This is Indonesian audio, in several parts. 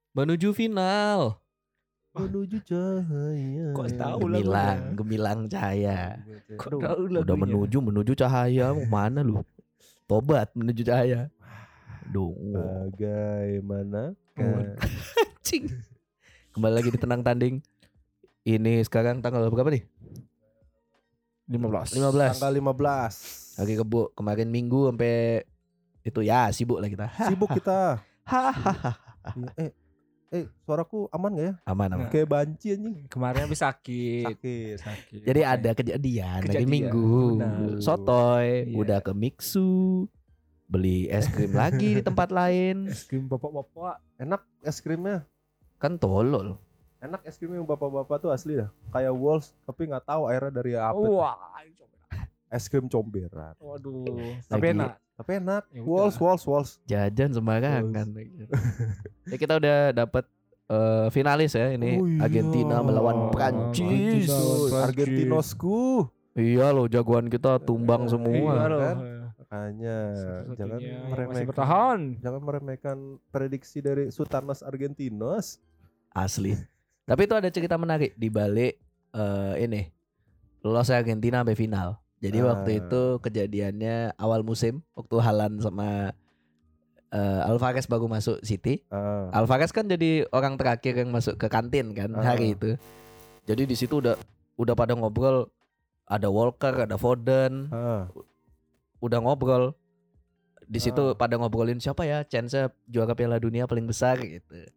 Menuju final. Menuju cahaya. Kok tahu lagunya? Gemilang cahaya. Kok tahu Udah lagunya? menuju cahaya, mau mana lu? Tobat menuju cahaya. Duh. Bagaimana? Cing. Kembali lagi di Tenang Tanding. Ini sekarang tanggal berapa nih? 15. 15. Tanggal 15. Hari Kebo, kemarin Minggu sampai itu ya sibuk lah kita. Sibuk kita. Hahaha. Suaraku aman gak ya? Aman. Kayak banci anjing. Kemarin habis sakit. Sakit. Jadi ada kejadian hari Kejadian, Minggu. benar. Sotoy, Iya. udah ke Mixu, beli es krim lagi di tempat lain. Es krim bapak-bapak. Enak es krimnya. Kan tolol. Enak es krim yang bapak-bapak tuh asli dah. Kayak Walls tapi nggak tahu airnya dari apa. Wah, Es krim comberan. waduh. Lagi- Tapi enak. Tapi enak. Ya udah. Walls. Jajan sembarangan. Ya kita udah dapat finalis ya ini Oh iya. Argentina melawan Prancis. Argentina lawan Prancis. Argentinosku. Iya loh jagoan kita tumbang Iya semua. loh. kan? Makanya jangan Satu-satunya yang masih meremehkan. bertahan. Jangan meremehkan prediksi dari Sultanos Argentinos. Asli. Tapi itu ada cerita menarik di balik ini lolosnya Argentina sampai final. Jadi waktu itu kejadiannya awal musim waktu Haaland sama Alvarez baru masuk City. Alvarez kan jadi orang terakhir yang masuk ke kantin kan hari itu. Jadi di situ udah pada ngobrol, ada Walker, ada Foden, udah ngobrol. Di situ pada ngobrolin siapa ya chance juara Piala Dunia paling besar gitu.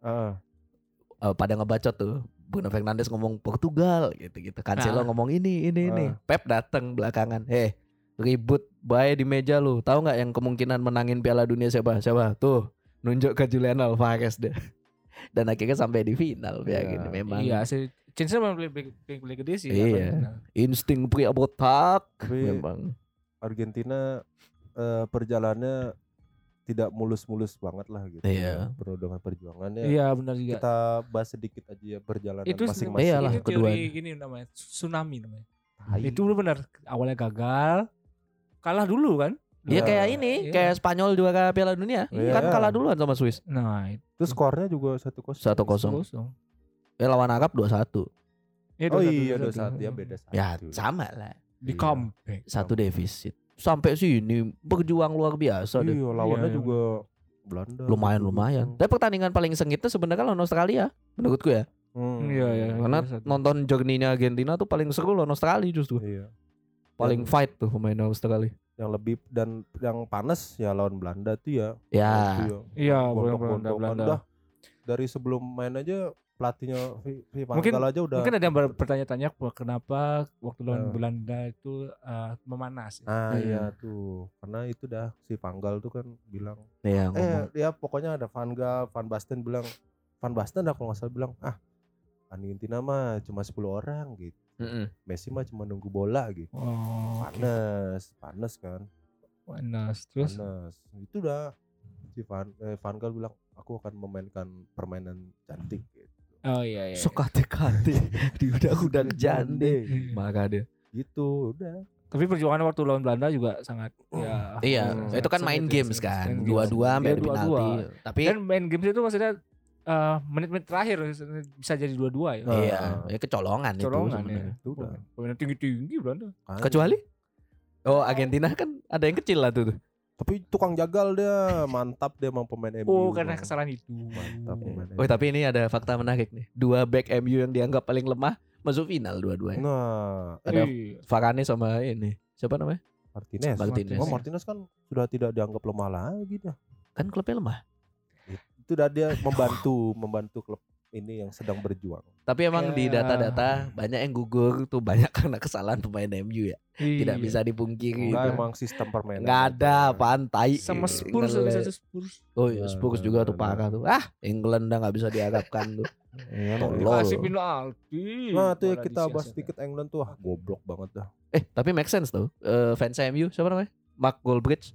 Pada ngebacot tuh. Bruno Fernandes ngomong Portugal gitu-gitu. Cancelo ngomong ini. Pep datang belakangan. Ribut bae di meja lu. Tahu nggak yang kemungkinan menangin Piala Dunia siapa? Tuh, nunjuk ke Julian Alvarez deh. Dan akhirnya sampai di final ya gini memang. Iya sih. Chance memang paling gede sih. Iya. Insting pria botak Tapi memang. Argentina perjalanannya tidak mulus-mulus banget lah gitu. Iya. Penuh dengan perjuangannya. Iya benar juga. Kita bahas sedikit aja ya perjalanan Itu masing-masing. Iyalah, itu kedua. teori gini namanya tsunami namanya. Tai. Itu benar. Awalnya gagal, kalah dulu kan? Iya Iya. kayak ini, Iya. kayak Spanyol juara Piala Dunia. Iya. Kan kalah duluan sama Swiss. Nah, itu Terus skornya juga 1-0. 1-0. kosong. Lawan Arab 2-1. Ya, Oh 2-1, iya 2-1. 2-1 ya beda 1. Ya sama lah. Di Iya. comeback. 1 defisit. Sampai sini berjuang luar biasa deh. Iya, lawannya Iya. juga Belanda. Lumayan. Tapi pertandingan paling sengit itu sebenarnya lawan Australia menurutku ya. Iya ya. Karena 2-1. nonton journey-nya Argentina tuh paling seru lawan Australia justru. Iya. Paling Dan fight tuh pemain Australia. yang lebih dan yang panas ya lawan Belanda tuh ya. Ya. Itu Iya, gontok-gontokan. Belanda. Udah dari sebelum main aja pelatihnya Van Mungkin- Gaal aja udah. Mungkin ada yang bertanya-tanya kenapa waktu lawan Nah. Belanda itu memanas. Ah Hmm. iya tuh. Karena itu dah si Van Gaal tuh kan bilang Iya ngomong. ya pokoknya ada Van Gaal, Van Basten bilang Van Basten kalau nggak salah bilang Argentina mah cuma 10 orang gitu. Mm-mm. Messi mah cuma nunggu bola gitu. Oh, oke. Panas kan. Panas. Terus Panas. Itu dah si Van Gaal bilang aku akan memainkan permainan cantik gitu. oh iya iya. Sekate-kate di udah jande. Iya. Maka dia. Gitu udah. Tapi perjuangan waktu lawan Belanda juga sangat ya. Iya, sangat itu kan main sengit, games sengit, kan. main games. 2-2 sampai Iya, di 2-2. penalti. Tapi Dan main games itu maksudnya menit-menit terakhir bisa jadi 2-2 ya. iya, ya kecolongan, itu Colongan ya. sebenarnya. Itu udah. Pemain tinggi-tinggi Belanda. Kecuali Argentina kan ada yang kecil lah tuh. Tapi tukang jagal dia, mantap dia emang pemain MU. Oh, karena kesalahan itu. Mantap pemain MU. Tapi ini ada fakta menarik nih. 2 back MU yang dianggap paling lemah masuk final dua-duanya. Nah, Ada Iya. Varane sama ini. Siapa namanya? Martinez. Martinez. Martinez kan sudah tidak dianggap lemah lagi dah. Kan klubnya lemah. Itu dah dia membantu klub ini yang sedang berjuang. Tapi emang di Ya. data-data banyak yang gugur tuh banyak karena kesalahan pemain MU ya. Tidak Iya. bisa dipungkiri Enggak itu. emang sistem permainan. Nggak ada pantai. Sama Spurs bisa Spurs. Oh iya Spurs juga tuh parah tuh. England dah nggak bisa diharapkan tuh. Tolol. Kasih penalti. Nah, itu ya Malah kita bahas disia-siakan. sedikit England tuh goblok banget dah. Tapi make sense tuh. Fans MU siapa namanya? Mark Goldbridge.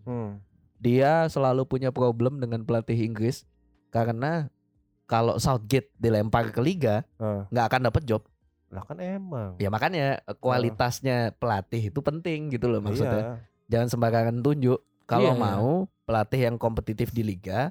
Dia selalu punya problem dengan pelatih Inggris karena kalau Southgate dilempar ke liga nggak akan dapat job. Lah kan emang. Ya makanya kualitasnya pelatih itu penting gitu loh maksudnya. Iya. Jangan sembarangan tunjuk. Kalau Iya, iya. mau pelatih yang kompetitif di liga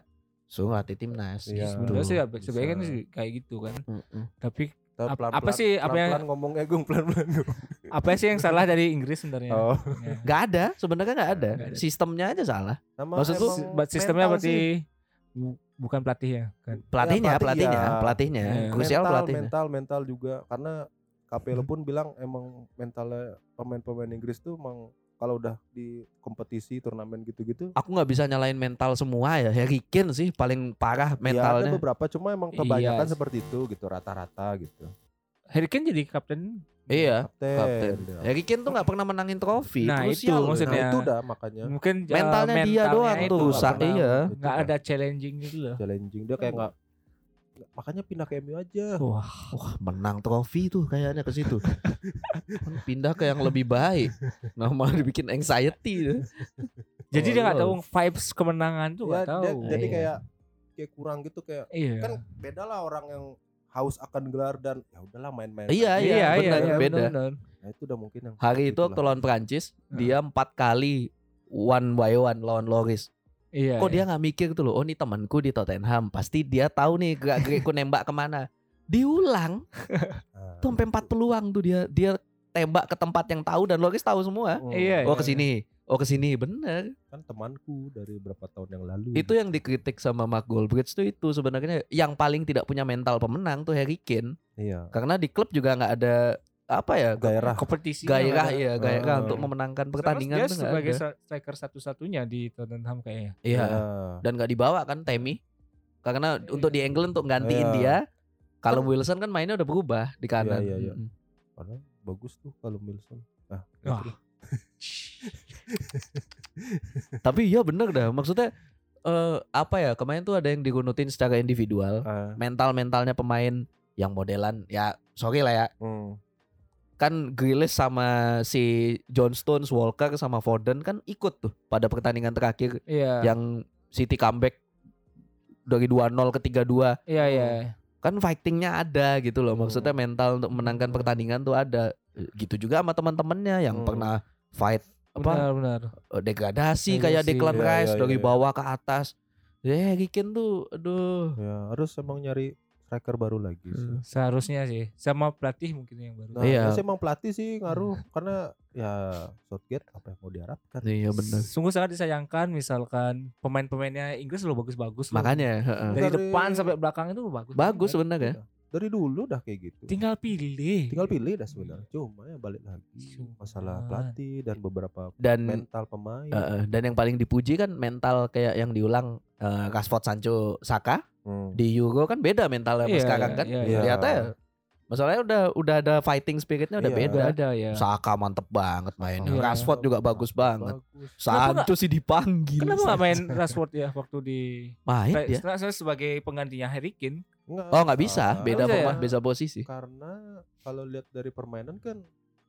suruh latih timnas. Iya. Sebenarnya sih Bisa. sebenarnya kan sih kayak gitu kan. Tapi Kita apa sih, apa yang- pelan-pelan ngomongnya Gung, pelan-pelan ngomong. apa sih yang salah dari Inggris sebenarnya? Oh. Ya. Gak ada, sebenarnya gak ada. Nggak ada. Sistemnya aja salah. Sama Maksudku, emang Sistemnya mental berarti sih. bukan pelatih ya kan. Pelatihnya, pelatih, pelatihnya. Iya. Krusial pelatihnya. mental juga karena KPL pun bilang emang mentalnya pemain-pemain Inggris tuh emang kalau udah di kompetisi turnamen gitu-gitu Aku nggak bisa nyalain mental semua ya. Harry Kane sih paling parah ya ada mentalnya. beberapa cuma emang kebanyakan Iya. seperti itu gitu rata-rata gitu. Harry Kane jadi kapten. Iya, Kapten. kapten. dia. Harry Kane tuh nggak pernah menangin trofi. Nah, Krusial itu loh. maksudnya. Nah, itu udah makanya Mungkin Mentalnya dia doang itu tuh nggak rusak, pernah- iya. nggak ada challenging gitu loh. challenging dia kayak nggak makanya pindah ke MU aja. Wah, Wah, menang trofi tuh kayaknya ke situ. Pindah ke yang lebih baik. Nah, malah dibikin anxiety tuh. jadi Oh, dia nggak iya. tahu vibes kemenangan tuh Ya, nggak tahu. jadi Iya. kayak kurang gitu kayak Iya. kan beda lah orang yang haus akan gelar dan ya udahlah main-main. Iya, aja. benar, beda. benar. Nah, itu udah mungkin yang Hari itu itulah. waktu lawan Prancis, Nah. dia 4 kali one by one lawan Loris. Iya. Kok dia nggak mikir tuh loh, oh ini temanku di Tottenham, pasti dia tahu nih gerak-gerikku nembak kemana. Diulang, Nah, tuh sampai 4 peluang tuh dia tembak ke tempat yang tahu dan Loris tahu semua. Iya. Oh ke sini, bener. kan temanku dari berapa tahun yang lalu. Itu yang dikritik sama Mark Goldbridge tuh itu sebenarnya yang paling tidak punya mental pemenang tuh Harry Kane. Iya. Karena di klub juga nggak ada apa ya Gairah. kompetisi. gairah Ah. untuk memenangkan pertandingan Dia tuh nggak sebagai ada. striker satu-satunya di Tottenham kayaknya. Iya. Ya. Dan nggak dibawa kan Tammy karena untuk di England untuk gantiin Iya. dia. Kalau Wilson kan mainnya udah berubah di kanan. Iya. Mm-mm. Padahal bagus tuh kalau Wilson. Nah, Wah. Tapi iya bener dah. Maksudnya apa ya? Kemarin tuh ada yang digunutin secara individual. Mentalnya pemain yang modelan ya sorry lah ya. Kan Grealish sama si John Stones, Walker sama Foden kan ikut tuh pada pertandingan terakhir Iya. yang City comeback dari 2-0 ke 3-2. Iya. Kan fightingnya ada gitu loh. Maksudnya mental untuk menangkan pertandingan tuh ada. Gitu juga sama teman-temannya yang pernah fight apa Benar. degradasi kayak Degradasi. Declan Iya, Rice iya, dari iya. bawah ke atas. Harry Kane tuh aduh. Ya, harus emang nyari striker baru lagi sih. Seharusnya sih. Sama pelatih mungkin yang baru. Nah, Iya. biasanya emang pelatih sih ngaruh karena ya Southgate apa yang mau diharapkan. Iya benar. Sungguh sangat disayangkan misalkan pemain-pemainnya Inggris lo bagus-bagus loh. Makanya heeh. dari Dari- depan sampai belakang itu bagus. Bagus banget. sebenarnya. Dari dulu dah kayak gitu. Tinggal pilih. Tinggal pilih dah sebenarnya. Cuma ya balik lagi Cuma. masalah pelatih dan beberapa Dan mental pemain. dan yang paling dipuji kan mental kayak yang diulang Rashford, Sancho, Saka di Euro kan beda mentalnya sama Iya, sekarang kan. iya, iya. Ternyata ya masalahnya udah ada fighting spiritnya udah Iya. beda. Udah ada ya. Saka mantep banget mainnya. Iya. Rashford juga bagus banget. Bagus. Sancho sih dipanggil. Kenapa nggak main Rashford ya waktu di Main dia. saya sebagai penggantinya Harry Kane? Oh nggak bisa, beda Nggak bisa ya? beda posisi. Karena kalau lihat dari permainan kan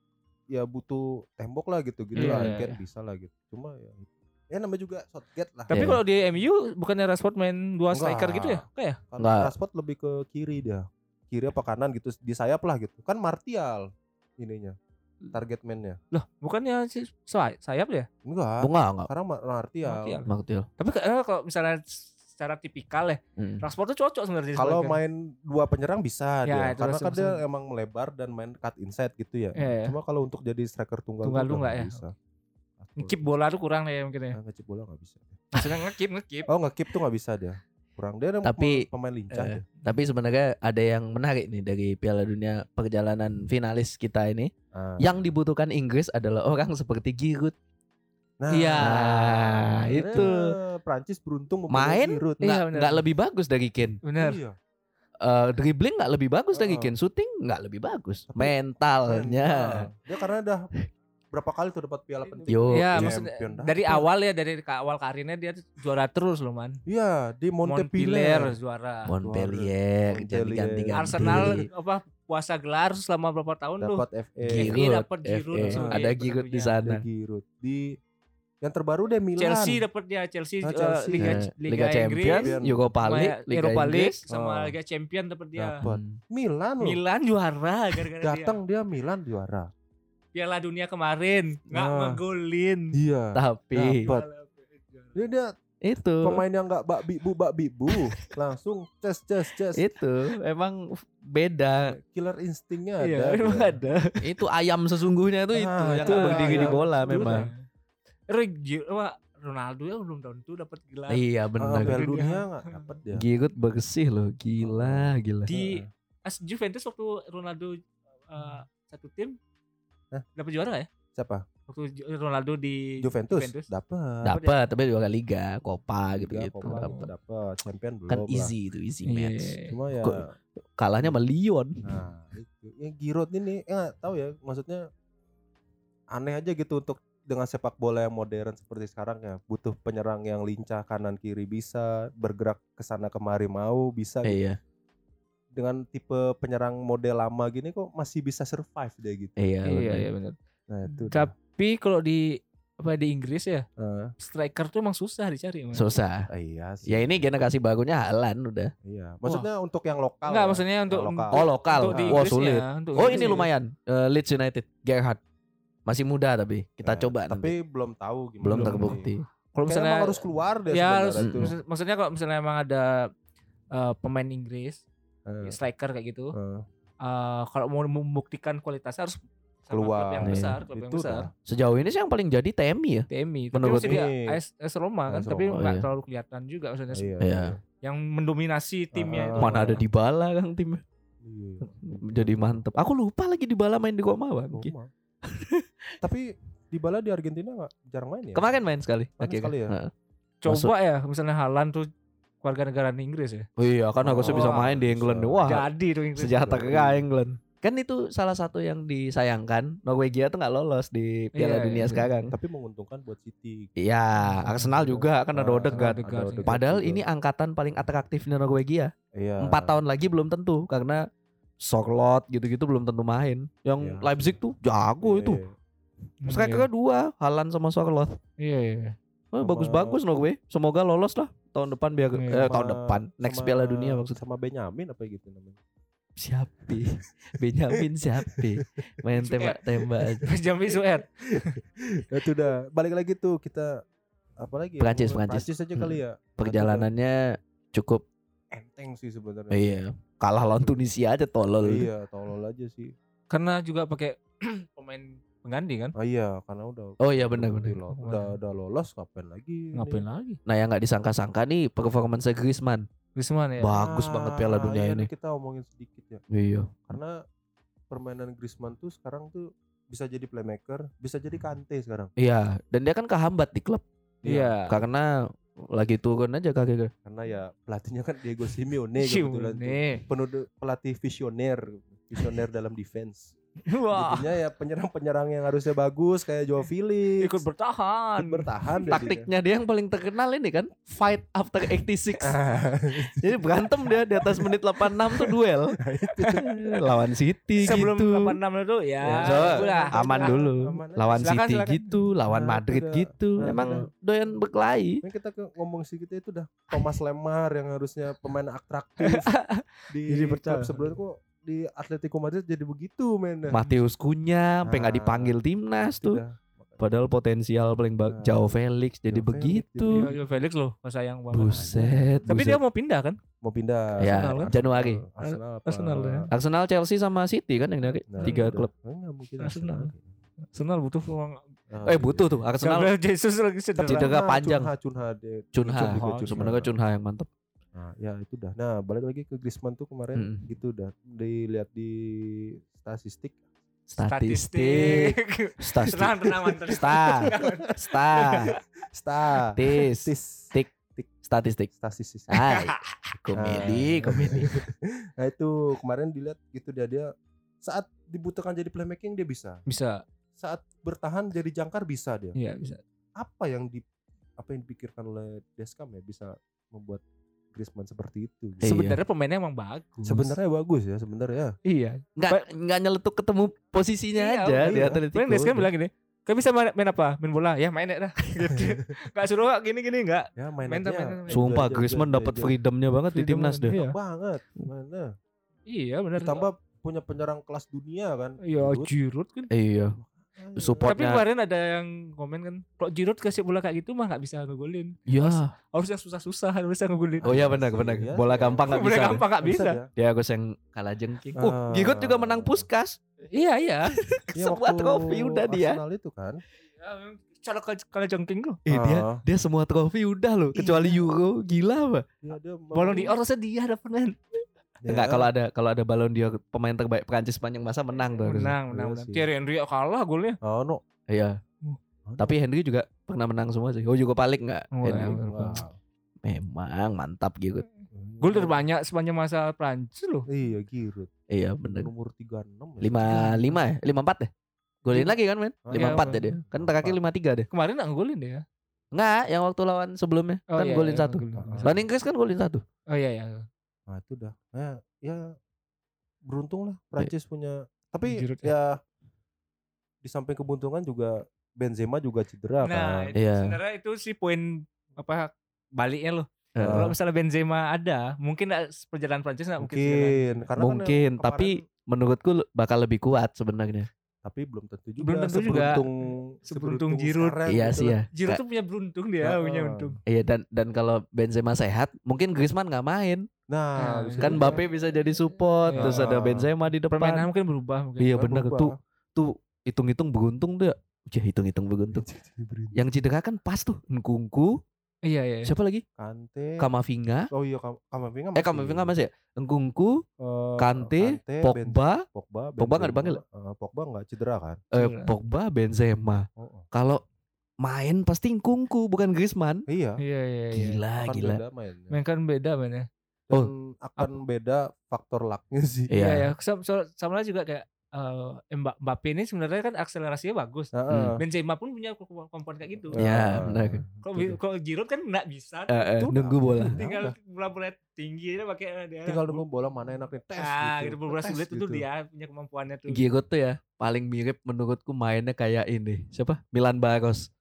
ya butuh tembok lah gitu-gitu Iya, lah, iya, kan bisa lah gitu. Cuma ya namanya juga Southgate lah. Tapi Iya. kalau di MU bukannya Rashford main dua Enggak. striker gitu ya? Kayak Kan Nggak. Rashford lebih ke kiri dia. Kiri apa kanan gitu di sayap lah gitu. Kan Martial ininya. Target man-nya. loh, bukannya si sayap ya? Enggak. Enggak. Sekarang Martial. Martial. Martial. Tapi kalau misalnya secara tipikal ya, Rashford tuh cocok sebenarnya. jadi Kalau striker. main dua penyerang bisa Ya, dia. itu Karena masih kan dia bisa. emang melebar dan main cut inside gitu ya. Iya, iya. Cuma kalau untuk jadi striker tunggal Tunggal tuh tuh udah nggak ya? bisa. ngekip bola tuh kurang ya mungkin ya. Ngekip bola nggak bisa. Maksudnya ngekip. Oh ngekip tuh nggak bisa dia. Kurang dia Tapi, pemain lincah. dia. Tapi sebenarnya ada yang menarik nih dari Piala Dunia perjalanan finalis kita ini. Yang dibutuhkan Inggris adalah orang seperti Giroud. Nah, Iya, itu. Prancis beruntung Main Giroud. Iya, benar. nggak lebih bagus dari Kane. Benar. Iya. Dribbling nggak lebih bagus dari Oh. Kane. Shooting nggak lebih bagus. Tapi Mentalnya. Dia karena udah berapa kali tuh dapat piala penting. Yo, Ya, iya. maksudnya Champion dah. dari awal ya, dari awal karirnya dia tuh juara terus loh, Man. Iya, di Montpellier Montpellier. juara. Montpellier Montpellier. ganti-ganti. Arsenal apa puasa gelar selama berapa tahun tuh? Dapat FA. Giroud, dapat Giroud FA. sebagai Ada Giroud di penutunya. sana. Ada Giroud. Di yang terbaru deh Milan. Chelsea dapat dia Chelsea, Ah, Chelsea. Liga Champions, Inggris, Europa sama League, Liga Europa League Inggris. sama Oh. Liga Champion dapat dia. Dapat. Milan loh. Milan juara gara-gara Datang dia Milan juara. Piala Dunia kemarin nggak Nah. ngegolin. Iya. Tapi Dapat. Dia Itu. Pemain yang enggak bak bibu langsung ces. Itu emang beda. Killer instingnya Iya, ada. memang dia. ada. Itu ayam sesungguhnya tuh itu yang itu berdiri di ayam. bola Dulu memang. Wah, Ronaldo ya belum tahun itu dapat gelar Iya benar. Piala Dunia. dunia enggak dapat dia. Giroud bersih loh, gila. di Juventus waktu Ronaldo satu tim Hah? dapat juara nggak ya? Siapa? Waktu Ronaldo di Juventus dapat. Dapat, tapi juga Liga, Copa gitu-gitu Copa dapat. dapat. Champion belum Kan lah. easy itu, easy Iya. match. Cuma ya Kok- Kalahnya sama Lyon. nah itu. Yang Giroud ini tahu ya, maksudnya aneh aja gitu untuk dengan sepak bola yang modern seperti sekarang ya, butuh penyerang yang lincah kanan kiri bisa bergerak ke sana kemari bisa gitu. Iya, Dengan tipe penyerang model lama gini kok masih bisa survive dia gitu. iya, Iya, benar. iya benar. Nah itu Tapi kalau di Inggris ya, dah. striker tuh emang susah dicari. Mas. Susah. Iya sih. Ya ini generasi bagunya Haaland udah. Iya. Maksudnya untuk yang lokal. Enggak, ya. maksudnya untuk Yang lokal. Oh lokal. untuk di Wah Inggrisnya, sulit. untuk Oh ini Inggrisnya. lumayan. Leeds United, Gerrard. Masih muda tapi kita Nah, coba tapi nanti. belum tahu gimana. Belum ini. terbukti. Kalau Kayaknya misalnya emang harus keluar deh ya harus, sebenarnya tuh. maksudnya kalau misalnya emang ada pemain Inggris striker kayak gitu, kalau mau membuktikan kualitasnya harus sama Keluar. klub yang Iya. besar, klub yang Itu besar. dah. Sejauh ini sih yang paling jadi TMI ya. TMI, tapi Menurut masih dia ini. AS Roma kan, AS tapi Roma, nggak iya. terlalu kelihatan juga maksudnya Iya. yang mendominasi timnya itu. Mana ada Dybala kan timnya. Iya. Jadi mantep. Aku lupa lagi Dybala main di Roma bang. Roma. Tapi Dybala di Argentina nggak jarang main ya? Kemarin main sekali. Main sekali ya? Heeh. Coba ya misalnya Haaland tuh warga negara Inggris ya. Oh iya kan harusnya bisa Wah, main di England. bisa. Wah Jadi tuh Inggris. sejahtera England. Kan itu salah satu yang disayangkan. Norwegia tuh nggak lolos di Piala Iya, Dunia iya. sekarang. Tapi menguntungkan buat City. Iya, Arsenal juga kan ada Odegaard. Odegaard. Padahal juga. ini angkatan paling atraktif di Norwegia. Iya. 4 tahun lagi belum tentu karena Sorloth gitu-gitu belum tentu main. Yang Iya. Leipzig tuh jago itu. Iya. Strikernya 2, Haaland sama Sorloth. Iya, iya. Oh, Sama- bagus-bagus Norway. Semoga lolos lah tahun depan biar Iya. tahun depan next Piala Dunia maksudnya. Sama Benyamin apa gitu namanya. Siapi. Benjamin Siapi. Main tembak-tembak aja. Jambi Sued. Ya itu udah. Balik lagi tuh kita apa lagi? Prancis. Prancis aja kali ya. Perjalanannya cukup Enteng sih sebenarnya. iya. Kalah lawan Tunisia aja tolol. Iya, tolol aja sih. Karena juga pakai pemain pengganti kan. Oh iya, karena udah. Oh iya, benar, terbukti benar. loh. Udah lolos ngapain lagi? Ngapain lagi? Nah, yang nggak disangka-sangka nih performance Griezmann. Griezmann ya. Bagus banget Piala Dunia iya, ini. Kita omongin sedikit ya. Iya. Karena permainan Griezmann tuh sekarang tuh bisa jadi playmaker, bisa jadi Kante sekarang. Iya, dan dia kan kehambat di klub Iya. karena lagi turun aja kakinya. Karena ya pelatihnya kan Diego Simeone kebetulan tuh. Simeone. Pelatih visioner dalam defense. Wah. Jadinya ya penyerang-penyerang yang harusnya bagus kayak Joao Felix Ikut bertahan. ikut bertahan deh Taktiknya dia yang paling terkenal ini kan fight after 86. dia. Jadi berantem dia di atas menit 86 tuh duel. Lawan City Sebelum gitu. 86 itu ya. So, udah. aman dulu. Aman aja. Lawan Silakan, City silakan. gitu, lawan Nah, Madrid udah. gitu. Nah, Emang udah. doyan berkelahi. Kan kita ngomong sedikit itu udah Thomas Lemar yang harusnya pemain atraktif di Jadi klub bertahan. sebelumnya kok di Atletico Madrid jadi begitu mainnya. Mateus Cunha sampai nggak Nah, dipanggil timnas tuh. Udah. Padahal potensial paling Nah, Joao Felix jadi Joao Felix begitu. Iya, Felix loh, sayang banget. Buset. Tapi dia mau pindah kan? Mau pindah Ya, Arsenal kan? Januari. Arsenal apa? Arsenal ya. Arsenal, Chelsea sama City kan yang dari Nah, 3 udah. klub. Enggak mungkin Arsenal. Arsenal. Arsenal butuh uang. Butuh tuh Arsenal. Gabriel Jesus lagi cedera. Cedera panjang. Cunha Cunha. juga Sebenarnya Cunha yang mantep. Nah, ya itu dah. Nah, balik lagi ke Griezmann tuh kemarin gitu dah. Dilihat di statistik. Statistik. Tenang mantan. Statistik. Statistik. Hai. Komedi. Nah, itu kemarin dilihat gitu dia saat dibutuhkan jadi playmaking dia bisa. Bisa. Saat bertahan jadi jangkar bisa dia. Iya, bisa. Apa yang dipikirkan oleh Deskam ya bisa membuat Griezmann seperti itu. Iya. Sebenarnya pemainnya emang bagus. Sebenarnya bagus ya sebenarnya. Iya. Nggak nyeletuk ketemu posisinya Iya, aja di iya. Atletico. Kan Deska bilang gini, "Kau bisa main apa? Main bola? Ya main ya dah." Gitu. Enggak suruh gini-gini enggak. Ya Main, mainnya. Sumpah Griezmann dapat freedomnya banget di timnas deh. Iya. Banget. Mana? Iya, benar. Ditambah punya penyerang kelas dunia kan. Iya, Giroud. Giroud kan. Iya. Tapi supportnya. kemarin ada yang komen kan, kalau Giroud kasih bola kayak gitu mah nggak bisa ngegolin. Ya. Harus yang susah-susah harus bisa ngegolin. Oh iya benar. Iya Bola sih. gampang nggak Bola bisa. gampang nggak bisa. Dia Agus yang kalah jengking. Ah. Giroud juga menang Puskas. Iya. Ya, Semua waktu trofi udah dia. Arsenal itu kan. Kalau jengking loh. Dia semua trofi udah loh, kecuali Euro. Gila apa? Ya, dia Ballon d'Or harusnya dia dapat men. Ya, Enggak, kalau ada Ballon d'Or pemain terbaik Prancis sepanjang masa menang tuh. harusnya. Menang. sih. Thierry Henry kalah golnya. Oh no. Iya. Tapi Henry juga pernah menang semua sih. Oh juga paling enggak? Oh, Henry. ya. Wah. Memang mantap Giroud. Gol terbanyak sepanjang masa Prancis loh. Iya, Giroud. Iya bener. Nomor 36. 55 ya? 54 ya? Golin lagi kan men? Oh, 54 iya, dia. Kan terakhir 53 deh. Kemarin nggak golin deh ya. Enggak, yang waktu lawan sebelumnya Oh, kan iya, golin iya, satu. golin. Lawan Inggris kan golin satu. Oh iya. Nah, itu dah. Ya beruntung lah Prancis punya. Tapi Giroud ya di samping keberuntungan juga Benzema juga cedera Nah, kan. itu Iya. sebenarnya itu sih poin apa baliknya loh. Heeh. Kalau misalnya Benzema ada, mungkin perjalanan Prancis nggak mungkin. Mungkin karena kan Mungkin, yang tapi menurutku bakal lebih kuat sebenarnya. tapi belum tentu juga. Belum tentu juga. Seberuntung Giroud. sekarang Iya gitu sih lah. ya. Giroud tuh punya beruntung dia, punya untung. Iya dan kalau Benzema sehat, mungkin Griezmann nggak main. Nah, bisa Kan juga. Mbappe bisa jadi support, Iya. terus ada Benzema di Permainan depan. mungkin berubah mungkin. Iya Kan benar berubah. tuh hitung-hitung beruntung tuh. Ya hitung-hitung beruntung. Yang cedera kan pas tuh Nkunku, Iya. siapa lagi? Kante. Kamavinga. Oh iya Kamavinga Kamavinga masih ya? Nkunku, Kante, Pogba, Pogba nggak dipanggil? Pogba nggak cedera kan? Cedera. Pogba, Benzema. Kalau main pasti Nkunku bukan Griezmann. Iya. Iya. Gila. Akan beda mainnya. Mainkan beda mainnya. Dan akan beda faktor lucknya sih. Iya. Sama juga kayak Mbappe ini sebenarnya kan akselerasinya bagus. Benzema pun punya kemampuan kayak gitu. Iya, benar. Kalau Giroud kan nggak bisa. Nunggu bola. Tinggal bola tinggi aja pakai dia. Tinggal nunggu bola mana enak nih tes gitu. Bola sulit itu dia punya kemampuannya tuh. Giroud tuh ya paling mirip menurutku mainnya kayak ini. Siapa? Milan Baros.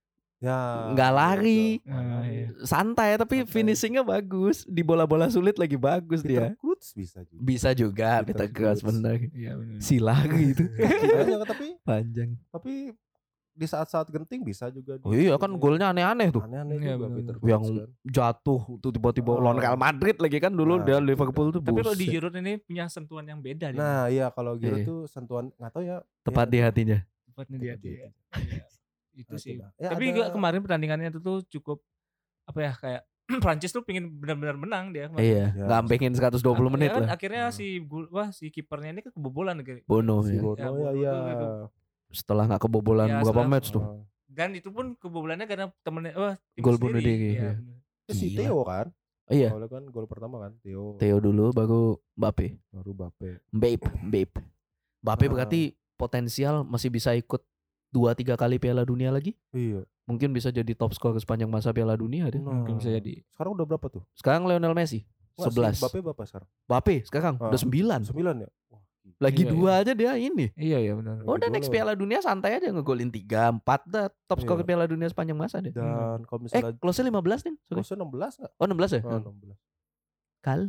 Ya. Nggak lari. Iya. Santai tapi finishingnya bagus. Di bola-bola sulit lagi bagus Peter dia. Cruz bisa juga. Bisa juga Peter Peter Kroos Kroos. bener. Iya benar. Si lari itu. Makanya, Panjang. tapi di saat-saat genting bisa juga. Oh iya kan golnya aneh-aneh tuh. Aneh-aneh Iya, juga bener. Peter Cruz Yang kan. jatuh tuh tiba-tiba lawan Real Madrid lagi kan dulu Nah, dia Liverpool tuh. Tapi kalau di buset. Giroud ini punya sentuhan yang beda nih. Nah iya kalau Giroud Iya. tuh sentuhan nggak tahu ya. Tepat di hatinya. Tepatnya dia. Tepat di Iya. Itu Nah, sih. itu dah. Ya, Tapi ada- juga kemarin pertandingannya itu tuh cukup apa ya kayak Prancis tuh pengen benar-benar menang dia. kemarin. Iya, Ya. nggak pengen 120 menit Ya kan lah. akhirnya si kipernya ini kan kebobolan gitu. Bono Si ya. Bono Ya, ya, Bono ya. tuh itu. Setelah nggak kebobolan Ya, berapa setelah- match tuh. Dan itu pun kebobolannya karena temennya tim Gol bunuh sendiri. diri, Iya, iya. bener. Itu si Gila. Theo kan? Iya, Awalnya kan gol pertama kan Theo. Theo dulu baru Mbappe. Baru Mbappe. Mbappe Ah. berarti potensial masih bisa ikut 2-3 kali Piala Dunia lagi. Iya. Mungkin bisa jadi top skor sepanjang masa Piala Dunia deh. Nah, Mungkin bisa jadi. Sekarang udah berapa tuh? Sekarang Lionel Messi Nggak, 11. si Mbappe berapa sekarang? Mbappe sekarang Ah. udah 9. 9 ya? Wah, Lagi Iya, 2 aja dia ini. Iya benar. Oh, udah dua next loh. Piala Dunia santai aja ngegolin 3, 4 dah top skor Iya. Piala Dunia sepanjang masa deh. Dan kalau misalnya Close 15 nih. Sorry. Close 16 enggak? Oh 16 ya? 16. Kal.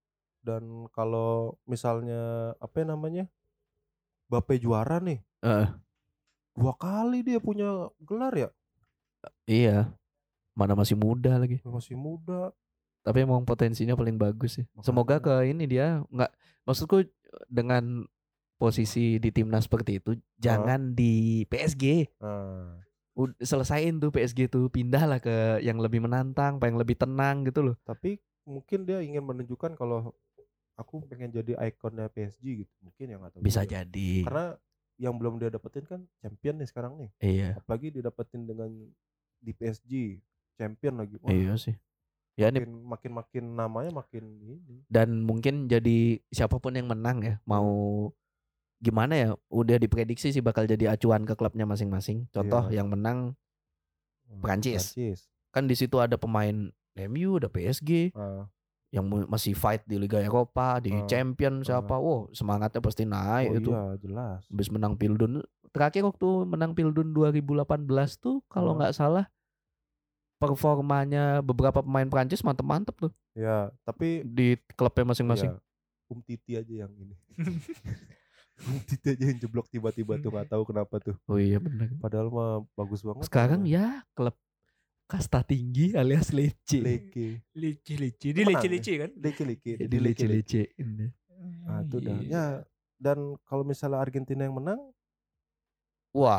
Dan kalau misalnya apa ya namanya? Mbappe juara nih. Heeh. 2 kali dia punya gelar ya. Iya. Mana masih muda lagi. Masih muda. Tapi emang potensinya paling bagus sih. Makanya. Semoga ke ini dia nggak, maksudku dengan posisi di timnas seperti itu jangan di PSG. Nah, Selesain tuh PSG tuh, pindahlah ke yang lebih menantang, yang lebih tenang gitu loh. tapi mungkin dia ingin menunjukkan kalau aku pengen jadi ikonnya PSG gitu. Mungkin yang atau Bisa jadi. Karena yang belum dia dapetin kan champion nih sekarang nih. Iya. Apalagi didapetin dengan di PSG champion lagi. Wah, Iya sih. Ya ini makin namanya makin ini. dan mungkin jadi siapapun yang menang ya, mau gimana ya, udah diprediksi sih bakal jadi acuan ke klubnya masing-masing. Contoh Iya. yang menang Prancis. Kan di situ ada pemain MU, ada PSG Ah, yang masih fight di Liga Eropa, di Champion siapa. Wow, semangatnya pasti naik oh itu. iya jelas. Habis menang Pildun. Terakhir waktu menang Pildun 2018 tuh kalau nggak salah performanya beberapa pemain Prancis mantep-mantep tuh Ya, tapi di klubnya masing-masing. ya, Titi aja yang ini. Tite aja yang jeblok tiba-tiba tuh nggak tahu kenapa tuh. Oh iya benar. Padahal mah bagus banget. Sekarang ya klub kasta tinggi alias lece. Leke. Lece. Di Menang lece kan? Leke. Di lece. Nah itu dah. Iya. Ya dan kalau misalnya Argentina yang menang, Wah,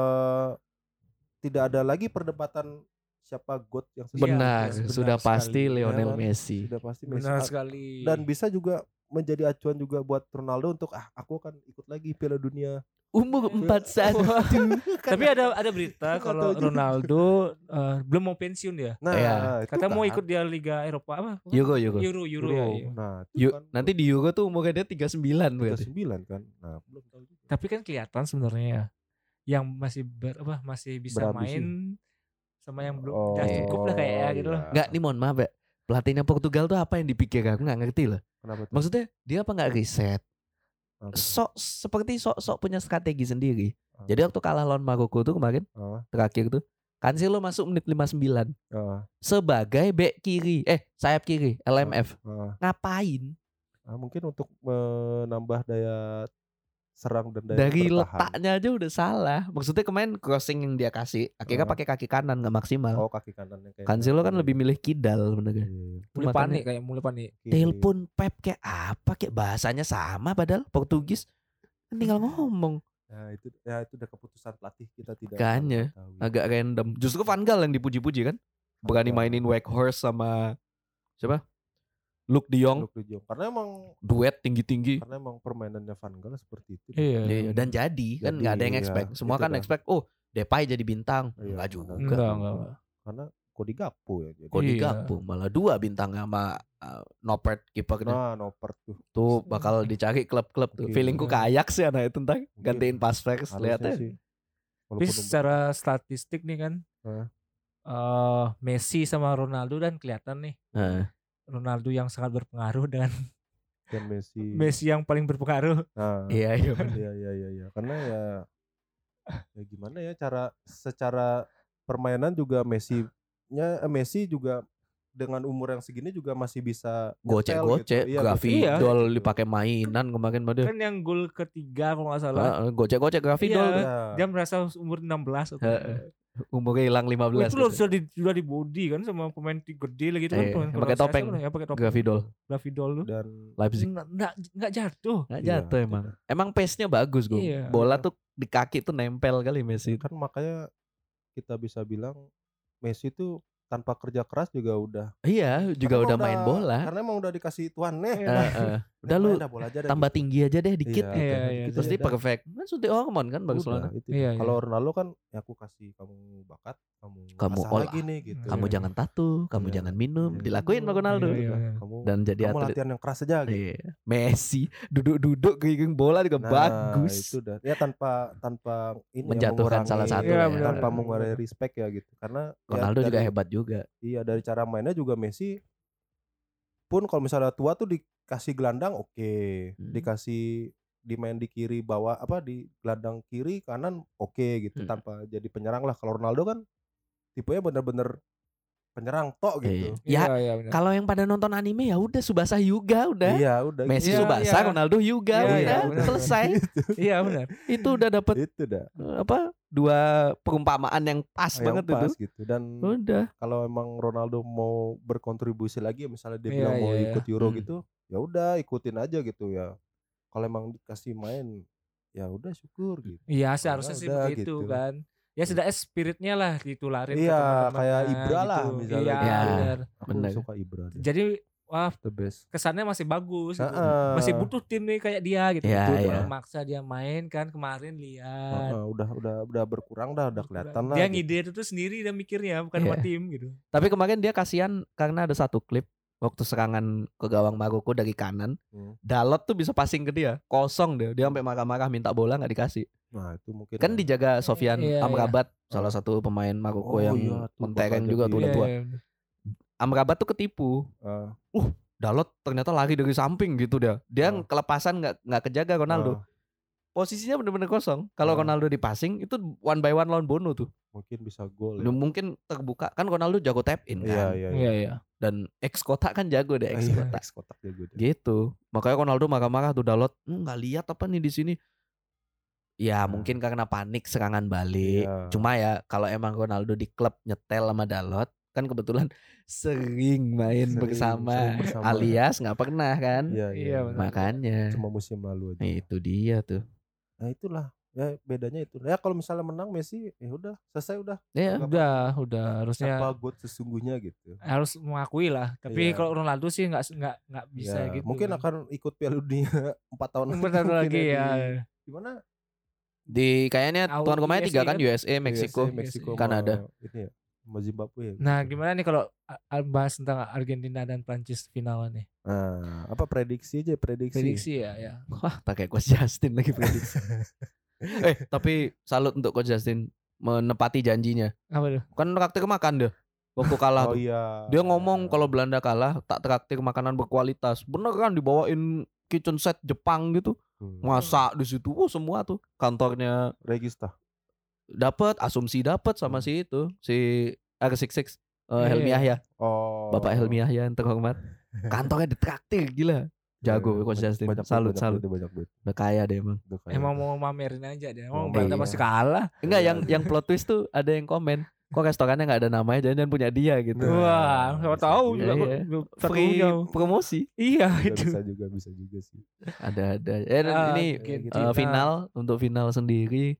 tidak ada lagi perdebatan siapa GOAT yang benar, benar sudah pasti sekali. Lionel Ya kan? Messi. Sudah pasti Messi. Benar sekali. Dan bisa juga menjadi acuan juga buat Ronaldo untuk aku akan ikut lagi Piala Dunia. Umur 41. Tapi ada berita kalau Ronaldo belum mau pensiun ya. Nah, Iya. itu Katanya mau kan. ikut dia Liga Eropa apa? Euro. Euro ya. Iya. Nah, itu kan Nanti di Euro tuh umurnya dia 39 berarti. 39 kan. Nah, belum tahu juga. Tapi kan kelihatan sebenarnya ya, yang masih bisa Berambisi. main sama yang belum Oh, udah cukup lah kayaknya gitu loh. iya. Enggak, nih mohon maaf ya. Pelatihnya Portugal tuh apa yang dipikirkan? Aku nggak ngerti loh. Kenapa tuh? Maksudnya dia apa nggak riset? Apa? Sok punya strategi sendiri. Jadi waktu kalah lawan Maroko tuh kemarin terakhir tuh, Cancelo masuk menit 59 sebagai back kiri, sayap kiri LMF. Ngapain? Mungkin untuk menambah daya serang dan daya Dari bertahan. letaknya aja udah salah. Maksudnya kemarin crossing yang dia kasih akhirnya pakai kaki kanan nggak maksimal. Oh, kaki kanan yang kayak Cancelo kan lebih milih kidal sebenarnya. Mulai panik. Telepon Pep kayak apa, kayak bahasanya sama padahal Portugis. Kan tinggal ngomong. Nah, itu udah keputusan pelatih, kita tidak Makanya mengetahui. agak random. Justru Van Gaal yang dipuji-puji kan. Berani mainin Weghorst sama siapa? Luke de Jong. Karena emang Duet tinggi-tinggi. Karena emang permainannya Van Gaal seperti itu. Iya. Dan jadi kan nggak ada yang expect. Semua kan expect, Depay jadi bintang. Enggak juga. Enggak. Karena Cody Gakpo ya. Cody Gakpo malah 2 bintangnya sama Noppert kipernya. Nah, Noppert tuh. Tuh bakal dicari klub-klub tuh. Feelingku ke Ajax sih anak itu, tentang gantiin Pasvex lihatnya. Tapi secara statistik nih kan, Messi sama Ronaldo dan kelihatan nih. Ronaldo yang sangat berpengaruh dan Messi yang paling berpengaruh. Nah, iya. Karena ya gimana ya, secara permainan juga Messi juga dengan umur yang segini juga masih bisa gocek-gocek, gitu. Gravidol dipakai mainan kemarin pada. Kan yang gol ketiga kalau nggak salah. Gocek-gocek Gravidol. Dia merasa umur 16 atau umurnya hilang 15. Itu loh sudah di body kan sama pemain gede lagi gitu kan. Pakai topeng. Gravidol lu. Dan Leipzig enggak jatuh. Enggak jatuh emang. Emang pace-nya bagus gue. Bola tuh di kaki tuh nempel kali Messi. Kan makanya kita bisa bilang Messi tuh tanpa kerja keras juga udah. Iya, juga udah main bola. Karena emang udah dikasih Tuhan nih. Udah lu tambah tinggi aja deh dikit. Iya. Terus dia perfect. Kan suntik hormon kan bagus banget. Kalau Ronaldo kan ya aku kasih kamu bakat, kamu lagi nih gitu. Kamu jangan tato, kamu jangan minum, dilakuin sama Ronaldo. Dan jadi kamu latihan yang keras aja gitu. Messi duduk-duduk keliling bola juga bagus. Itu dah. Ya tanpa ini menjatuhkan salah satu tanpa mengurangi respect ya gitu. Karena Ronaldo juga hebat juga. Iya, dari cara mainnya juga Messi pun kalau misalnya tua tuh dikasih gelandang dikasih dimain di kiri bawah di gelandang kiri kanan gitu tanpa jadi penyerang lah. Kalau Ronaldo kan tipenya bener-bener penyerang tok gitu. Iya, kalau yang pada nonton anime ya udah Tsubasa Hyuga udah. Iya, udah. Messi Tsubasa, Ronaldo Hyuga udah selesai. Iya benar. Itu udah dapat itu dah. Dua perumpamaan yang pas banget itu. Gitu. Dan udah. Kalau emang Ronaldo mau berkontribusi lagi misalnya dia bilang mau ikut Euro gitu, ya udah ikutin aja gitu ya. Kalau emang dikasih main ya udah syukur gitu. Iya, seharusnya sih begitu kan. Ya setidaknya spiritnya lah ditularin ke teman-temannya. Kayak Ibra gitu. lah misalnya. Iya, benar. Aku suka Ibra. Jadi the best. Kesannya masih bagus gitu. Masih butuh tim nih kayak dia gitu. Maksa dia main kan kemarin lihat. Udah berkurang udah kelihatan lah. Dia ngide itu sendiri dia mikirnya bukan sama tim gitu. Tapi kemarin dia kasihan karena ada satu klip waktu serangan ke gawang Maroko dari kanan. Dalot tuh bisa passing ke dia, kosong dia sampai marah-marah minta bola nggak dikasih. Nah, itu mungkin kan dijaga Sofyan Amrabat, salah satu pemain Maroko yang mentereng juga tuh udah tua. Amrabat tuh ketipu. Dalot ternyata lari dari samping gitu dia. Dia kelepasan nggak kejaga Ronaldo. posisinya bener-bener kosong. Kalau Ah. Ronaldo di passing itu one by one lawan Bono tuh. Mungkin bisa gol ya. Mungkin terbuka kan Ronaldo jago tap in kan. Iya. Dan X kotak kan jago deh X kotak. X kotak jago deh. Gitu. Makanya Ronaldo marah-marah tuh Dalot, nggak lihat apa nih di sini. Ya mungkin karena panik serangan balik. Iya. Cuma ya kalau emang Ronaldo di klub nyetel sama Dalot kan kebetulan sering main Sering bersama bersama. alias nggak pernah kan. Iya, benar. Makanya Cuma musim lalu aja. itu dia tuh. Nah itulah ya bedanya itu. Ya kalau misalnya menang Messi ya udah selesai udah. Ya Udah harusnya Siapa GOAT sesungguhnya gitu. harus mengakui lah. Tapi Iya. kalau Ronaldo sih nggak bisa Ya, gitu. mungkin akan ikut Piala Dunia 4 tahun Bentar mungkin lagi ya. Gimana? Di kayaknya tuan rumahnya 3 kan kan? USA, Meksiko, Meksiko, Kanada. Ini ya, sama Zimbabwe. Nah, gimana nih kalau bahas tentang Argentina dan Prancis final nih? Nah, apa prediksi aja Prediksi ya. Wah, tak kayak Coach Justin lagi prediksi. Tapi salut untuk Coach Justin menepati janjinya. Apa tuh? Kan traktir makan dia waktu kalah Oh tuh. iya. Dia ngomong kalau Belanda kalah tak traktir makanan berkualitas. Bener kan dibawain kitchen set Jepang gitu. Masak di situ. Semua tuh kantornya Regista. dapat, asumsi dapat sama si itu, si R66 Helmi Iya. Yahya. Oh. Bapak Helmi Yahya yang terhormat. Kantornya ditraktir gila. Jago Coach Justin. Salut. Banyak duit. Udah kaya deh emang. Udah kaya. Emang mau mamerin aja dia. Emang Oh, Belanda iya. pasti kalah. Enggak, yang plot twist tuh ada yang komen, kok restorannya nggak ada namanya, jangan punya dia gitu. Nah, Wah, siapa bisa tahu juga. juga Iya. free Free promosi. Iya Bisa, itu. bisa juga sih. Ada. Dan ini Argentina. final untuk final sendiri.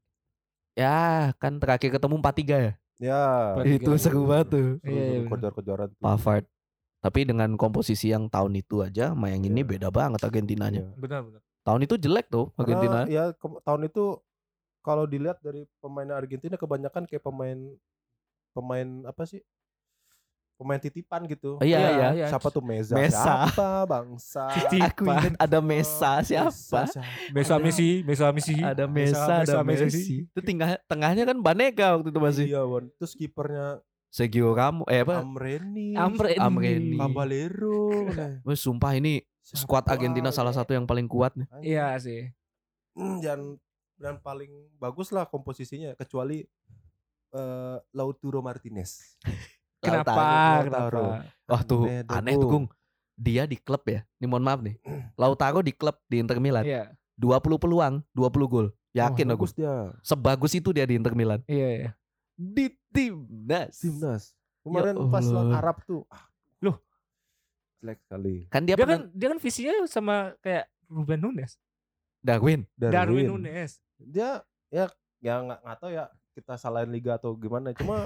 Ya, kan terakhir ketemu 4-3 ya. Ya. Itu seru banget tuh. Iya, bener. Kejar-kejaran tuh. Pavard. Tapi dengan komposisi yang tahun itu aja, sama yang ini Iya. beda banget Argentinanya. Iya. Benar. Tahun itu jelek tuh Argentina. Karena ya tahun itu kalau dilihat dari pemain Argentina kebanyakan kayak pemain apa sih? Pemain titipan gitu. Iya. Siapa tuh Meza? Mesa. Siapa bangsa? Titipan. Aku ingat ada Mesa siapa? Mesa Messi. Ada Mesa, ada Messi. Itu tengahnya kan Banega waktu itu masih. Iya, Bon. Terus kipernya Sergio Ramos, apa? Amreni. Amreni. Caballero. Wah, sumpah ini skuad Argentina salah satu yang paling kuat nih. Iya sih. Dan paling bagus lah komposisinya kecuali Lautaro Martinez. Kenapa? Lautaro. Wah tuh aneh tuh Gung. Dia di klub ya. Ini mohon maaf nih. Lautaro di klub di Inter Milan. Iya. 20 peluang, 20 gol. Yakin aku. Bagus dia. Sebagus itu dia di Inter Milan. Iya. Di timnas. Kemarin Ya pas lawan Allah. Arab tuh. Loh. Jelek sekali. Kan dia, Dia kan visinya sama kayak Ruben Nunes. Darwin. Darwin Nunes. Dia ya nggak tahu ya kita salahin liga atau gimana. Cuma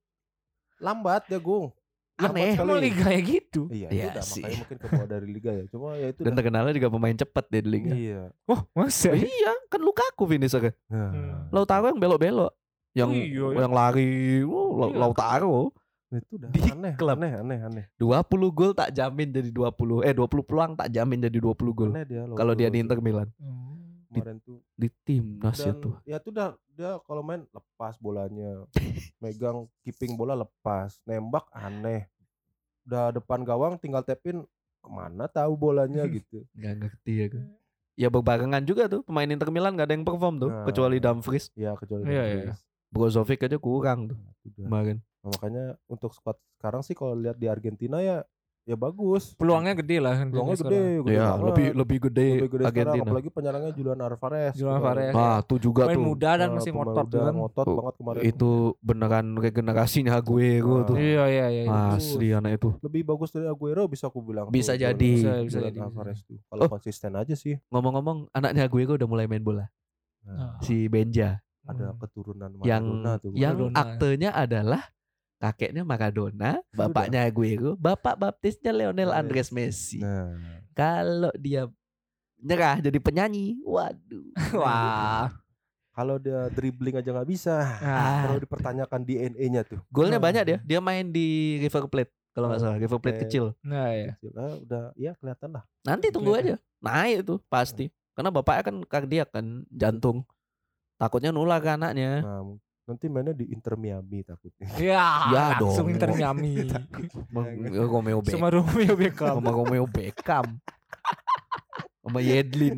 lambat dia Gung. Aneh. Emang liga kayak gitu. Iya, Iya itu udah sih. makanya mungkin kebawa dari liga ya. Cuma ya itu Dan udah. terkenalnya juga pemain cepat dia di liga. Iya. Oh, masa? Iya, kan Lukaku finisher. Nah, Lautaro yang belok-belok. Yang Oh, iya, ya. yang lari, Iya. Lautaro. itu udah Di aneh, klub. aneh. 20 gol tak jamin jadi 20 peluang tak jamin jadi 20 gol. Aneh dia Kalau dia di Lautaro Inter Milan. kemarin tuh. Di timnas Dan itu. ya itu udah dia kalau main lepas bolanya. Megang keeping bola lepas, nembak aneh. Udah depan gawang tinggal tapin kemana tahu bolanya gitu. Gak ngerti ya gue. Ya berbarengan juga tuh pemain Inter Milan gak ada yang perform tuh Nah. kecuali Dumfries. Ya kecuali Iya, Dumfries. Brozovic aja kurang tuh Udah. kemarin. Nah, makanya untuk squad sekarang sih kalau lihat di Argentina ya bagus. Peluangnya gede lah. Peluangnya sekarang. gede Ya banget. lebih gede Lebih gede sekarang, Argentina. apalagi penyerangnya Julian Alvarez. Julian Alvarez. Nah tuh juga Pemain tuh. muda dan masih Pemain ngotot muda, tuh kan. ngotot Tuh, banget kemarin. Itu beneran regenerasinya Aguero Nah. tuh. Iya. Asli anak itu. Lebih bagus dari Aguero bisa aku bilang. Bisa tuh, jadi. Bisa Julian jadi. Alvarez tuh. Kalau konsisten aja sih. Ngomong-ngomong anaknya Aguero udah mulai main bola. Nah, Si Benja. ada keturunan Yang Maradona tuh. Maradona. aktenya adalah kakeknya Maradona, bapaknya Aguero, bapak baptisnya Lionel Andres Messi. Nah, Kalau dia nyerah jadi penyanyi, waduh. Wah. kalau dia dribbling aja nggak bisa. Ah. Kalau dipertanyakan DNA-nya tuh. Golnya banyak dia. Dia main di River Plate kalau nggak salah, River Plate Oke. kecil. Nah ya. Udah ya kelihatan lah. Nanti tunggu Kelihatan. aja. Naik tuh pasti. Karena bapaknya kan kardiak kan, jantung. Takutnya nular ke anaknya. Nah, nanti mainnya di Inter Miami takutnya. Ya, langsung dong. Inter Miami. Romeo Beckham. Sama Romeo Beckham. Sama Romeo Beckham. sama Yedlin.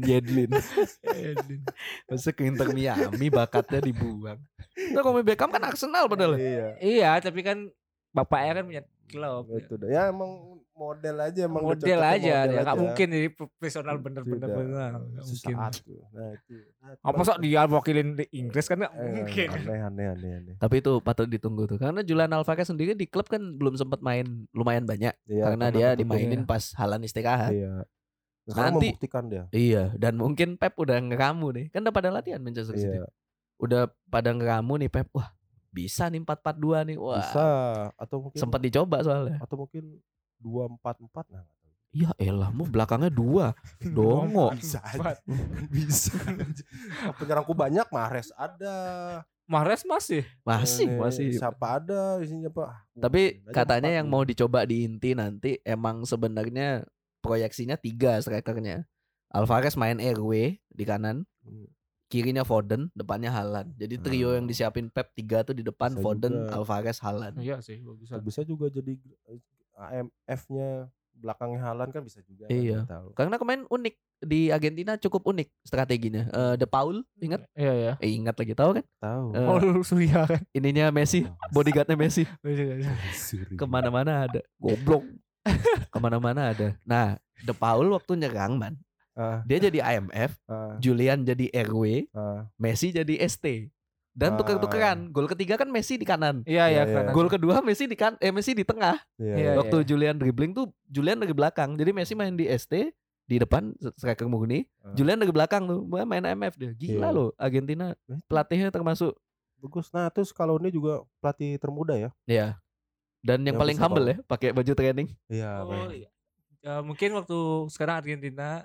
Masa ke Inter Miami bakatnya dibuang. Nah, kalau Beckham kan Arsenal padahal. Iya, tapi kan bapaknya kan punya klub. Itu dah. Ya emang model aja emang Model aja, ya nggak mungkin jadi profesional bener-bener. Mungkin. Nah, itu. Apa sok dia wakilin di Inggris kan nggak mungkin. Aneh. Tapi itu patut ditunggu tuh. Karena Julian Alvarez sendiri di klub kan belum sempat main lumayan banyak. Karena dia dimainin pas Haaland istirahat. Iya. Sekarang Nanti membuktikan dia. Iya, dan mungkin Pep udah ngeramu nih. Kan udah pada latihan Manchester City. Udah pada ngeramu nih Pep. Wah, bisa nih 4-4-2 nih. Wah. Bisa atau mungkin sempat dicoba soalnya. Atau mungkin 2-4-4 nah. Iya elah mu belakangnya 2 Dongo. Bisa. Penyerangku banyak, Mahrez ada. Mahrez masih. Siapa ada isinya Pak? Tapi katanya yang mau dicoba di inti nanti emang sebenarnya proyeksinya 3 strikernya. Alvarez main RW di kanan, kirinya Foden, depannya Haaland. Jadi trio yang disiapin Pep 3 tuh di depan, bisa Foden, juga. Alvarez, Haaland. Iya sih, bisa juga jadi AMF-nya belakangnya Haaland kan bisa juga. Iya. Kan karena kemarin unik di Argentina, cukup unik strateginya. De Paul, ingat? Iya. Ingat lagi, tahu kan? Tahu. Surya kan. Ininya Messi, bodyguardnya Messi. Kemana-mana ada. Goblok. Kemana-mana ada. Nah, De Paul waktu nyerang man, dia jadi AMF, Julian jadi RW, Messi jadi ST. Dan tuker-tukeran. Gol ketiga kan Messi di kanan. Iya. Kanan. Gol kedua Messi di tengah. Iya. Waktu Julian dribbling tuh Julian dari belakang. Jadi Messi main di ST, di depan striker murni. Julian dari belakang tuh main AMF dia. Gila loh Argentina. Pelatihnya termasuk bagus. Nah, terus kalau ini juga pelatih termuda ya. Iya. Dan yang paling humble ya, pakai baju training. Iya. Mungkin waktu sekarang Argentina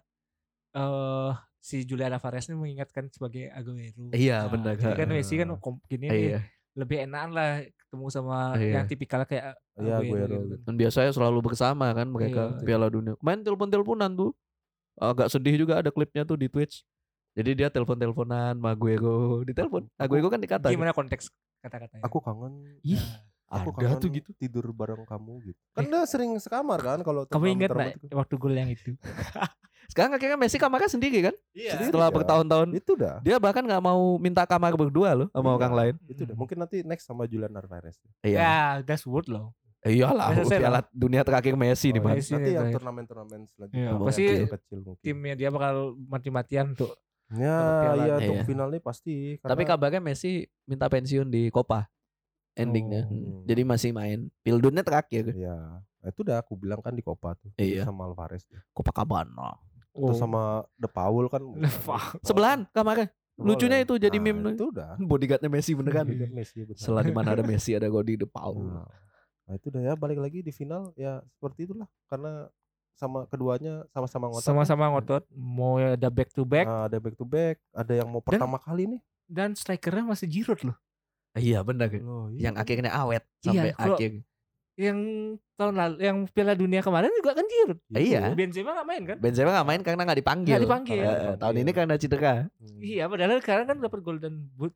si Julian Alvarez ini mengingatkan sebagai Aguero. Iya, benar. Jadi kan Messi kan gini nih, lebih enakan lah ketemu sama yang tipikal kayak Aguero. Dan biasanya selalu bersama kan mereka Piala Dunia. Main telepon-teleponan tuh. Agak sedih juga ada klipnya tuh di Twitch. Jadi dia telepon-teleponan sama Aguero, ditelepon. Aguero kan dikata. Gimana konteks kata-katanya? Aku kangen. Aku kangen tuh gitu tidur bareng kamu gitu. Kan dia sering sekamar kan kalau kamu ingat enggak waktu gol yang itu? Sekarang akhirnya Messi kamarnya sendiri kan? Iya. Setelah bertahun-tahun itu dah. Dia bahkan nggak mau minta kamar berdua loh sama orang lain. Itu dah. Mungkin nanti next sama Julian Alvarez. Ya, that's wood loh. Iyalah, Piala Dunia terakhir Messi nih, Mas. Nanti yang turnamen-turnamen selanjutnya. Pasti kecil mungkin. Timnya dia bakal mati-matian tuh. Ya, untuk finalnya pasti. Tapi kabarnya Messi minta pensiun di Copa endingnya. Jadi masih main. Pildunnya terakhir. Iya. Itu udah aku bilang kan di Copa tuh. Sama Alvarez. Copa Cabana. Terus sama De Paul kan. Sebelahan kamarnya. Lucunya itu jadi meme. Itu udah. Bodyguardnya Messi beneran. Setelah di mana ada Messi ada Godi De Paul. Nah itu udah ya, balik lagi di final ya seperti itulah, karena sama keduanya sama-sama ngotot. Sama-sama ngotot. Mau ada back to back. Ada back to back. Ada yang mau pertama kali nih. Dan strikernya masih Giroud loh. Iya benar. Yang akhirnya awet sampai akhir. Yang tahun lalu, yang Piala Dunia kemarin juga kan Giroud. Iya. Benzema nggak main kan? Benzema nggak main karena nggak dipanggil. Nggak dipanggil. Tahun ini karena cedera. Iya, padahal sekarang kan dapat Golden Boot.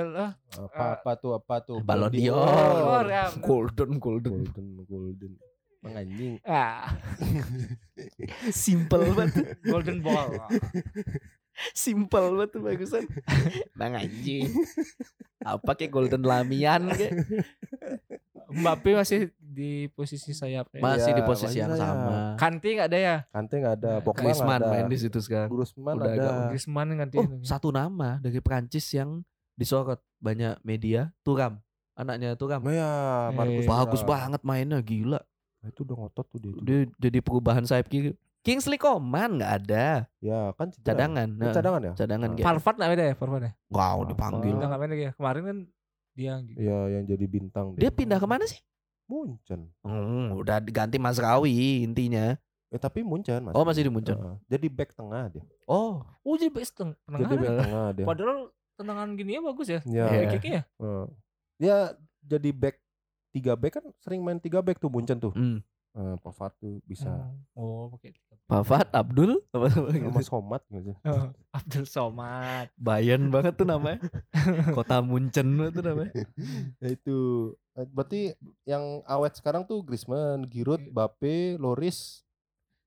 Apa tuh? Ballon d'Or. Golden. Menganjing. Simple banget. Golden Ball. Simple banget tuh bagusan. Menganjing. Apa kayak Golden Lamian kayak. Mbappe masih di posisi sayap. Masih di posisi yang sama. Kanti nggak ada ya? Kanti nggak ada. Griezmann main di situ sekarang. Griezmann ada. Griezmann ganti. Satu nama dari Prancis yang disorot banyak media. Thuram, anaknya Thuram. Bagus banget mainnya, gila. Itu udah ngotot tuh dia. Dia jadi perubahan sayap kiri. Kingsley Coman nggak ada. Ya kan cadangan. Cadangan ya. Cadangan. Farfad nggak ada ya Farfad ya? Wow, dipanggil. Udah nggak main lagi ya. Kemarin kan dia gitu. Ya yang jadi bintang. Dia pindah kemana sih? Munchen. Udah diganti Mazraoui intinya. Tapi Munchen masih. Oh masih di Munchen. Jadi back tengah dia. Oh jadi back tengah. Jadi back tengah dia. Padahal tendangan gini ya bagus ya. Kicknya ya. Dia jadi back 3 back kan sering main 3 back tuh Munchen tuh. Pavard tuh bisa. Pakai Pavard, Abdul sama Somad gitu. Abdul Somad. Bayern banget tuh namanya. Kota Munchen itu namanya. Itu berarti yang awet sekarang tuh Griezmann, Giroud, Mbappe, Lloris,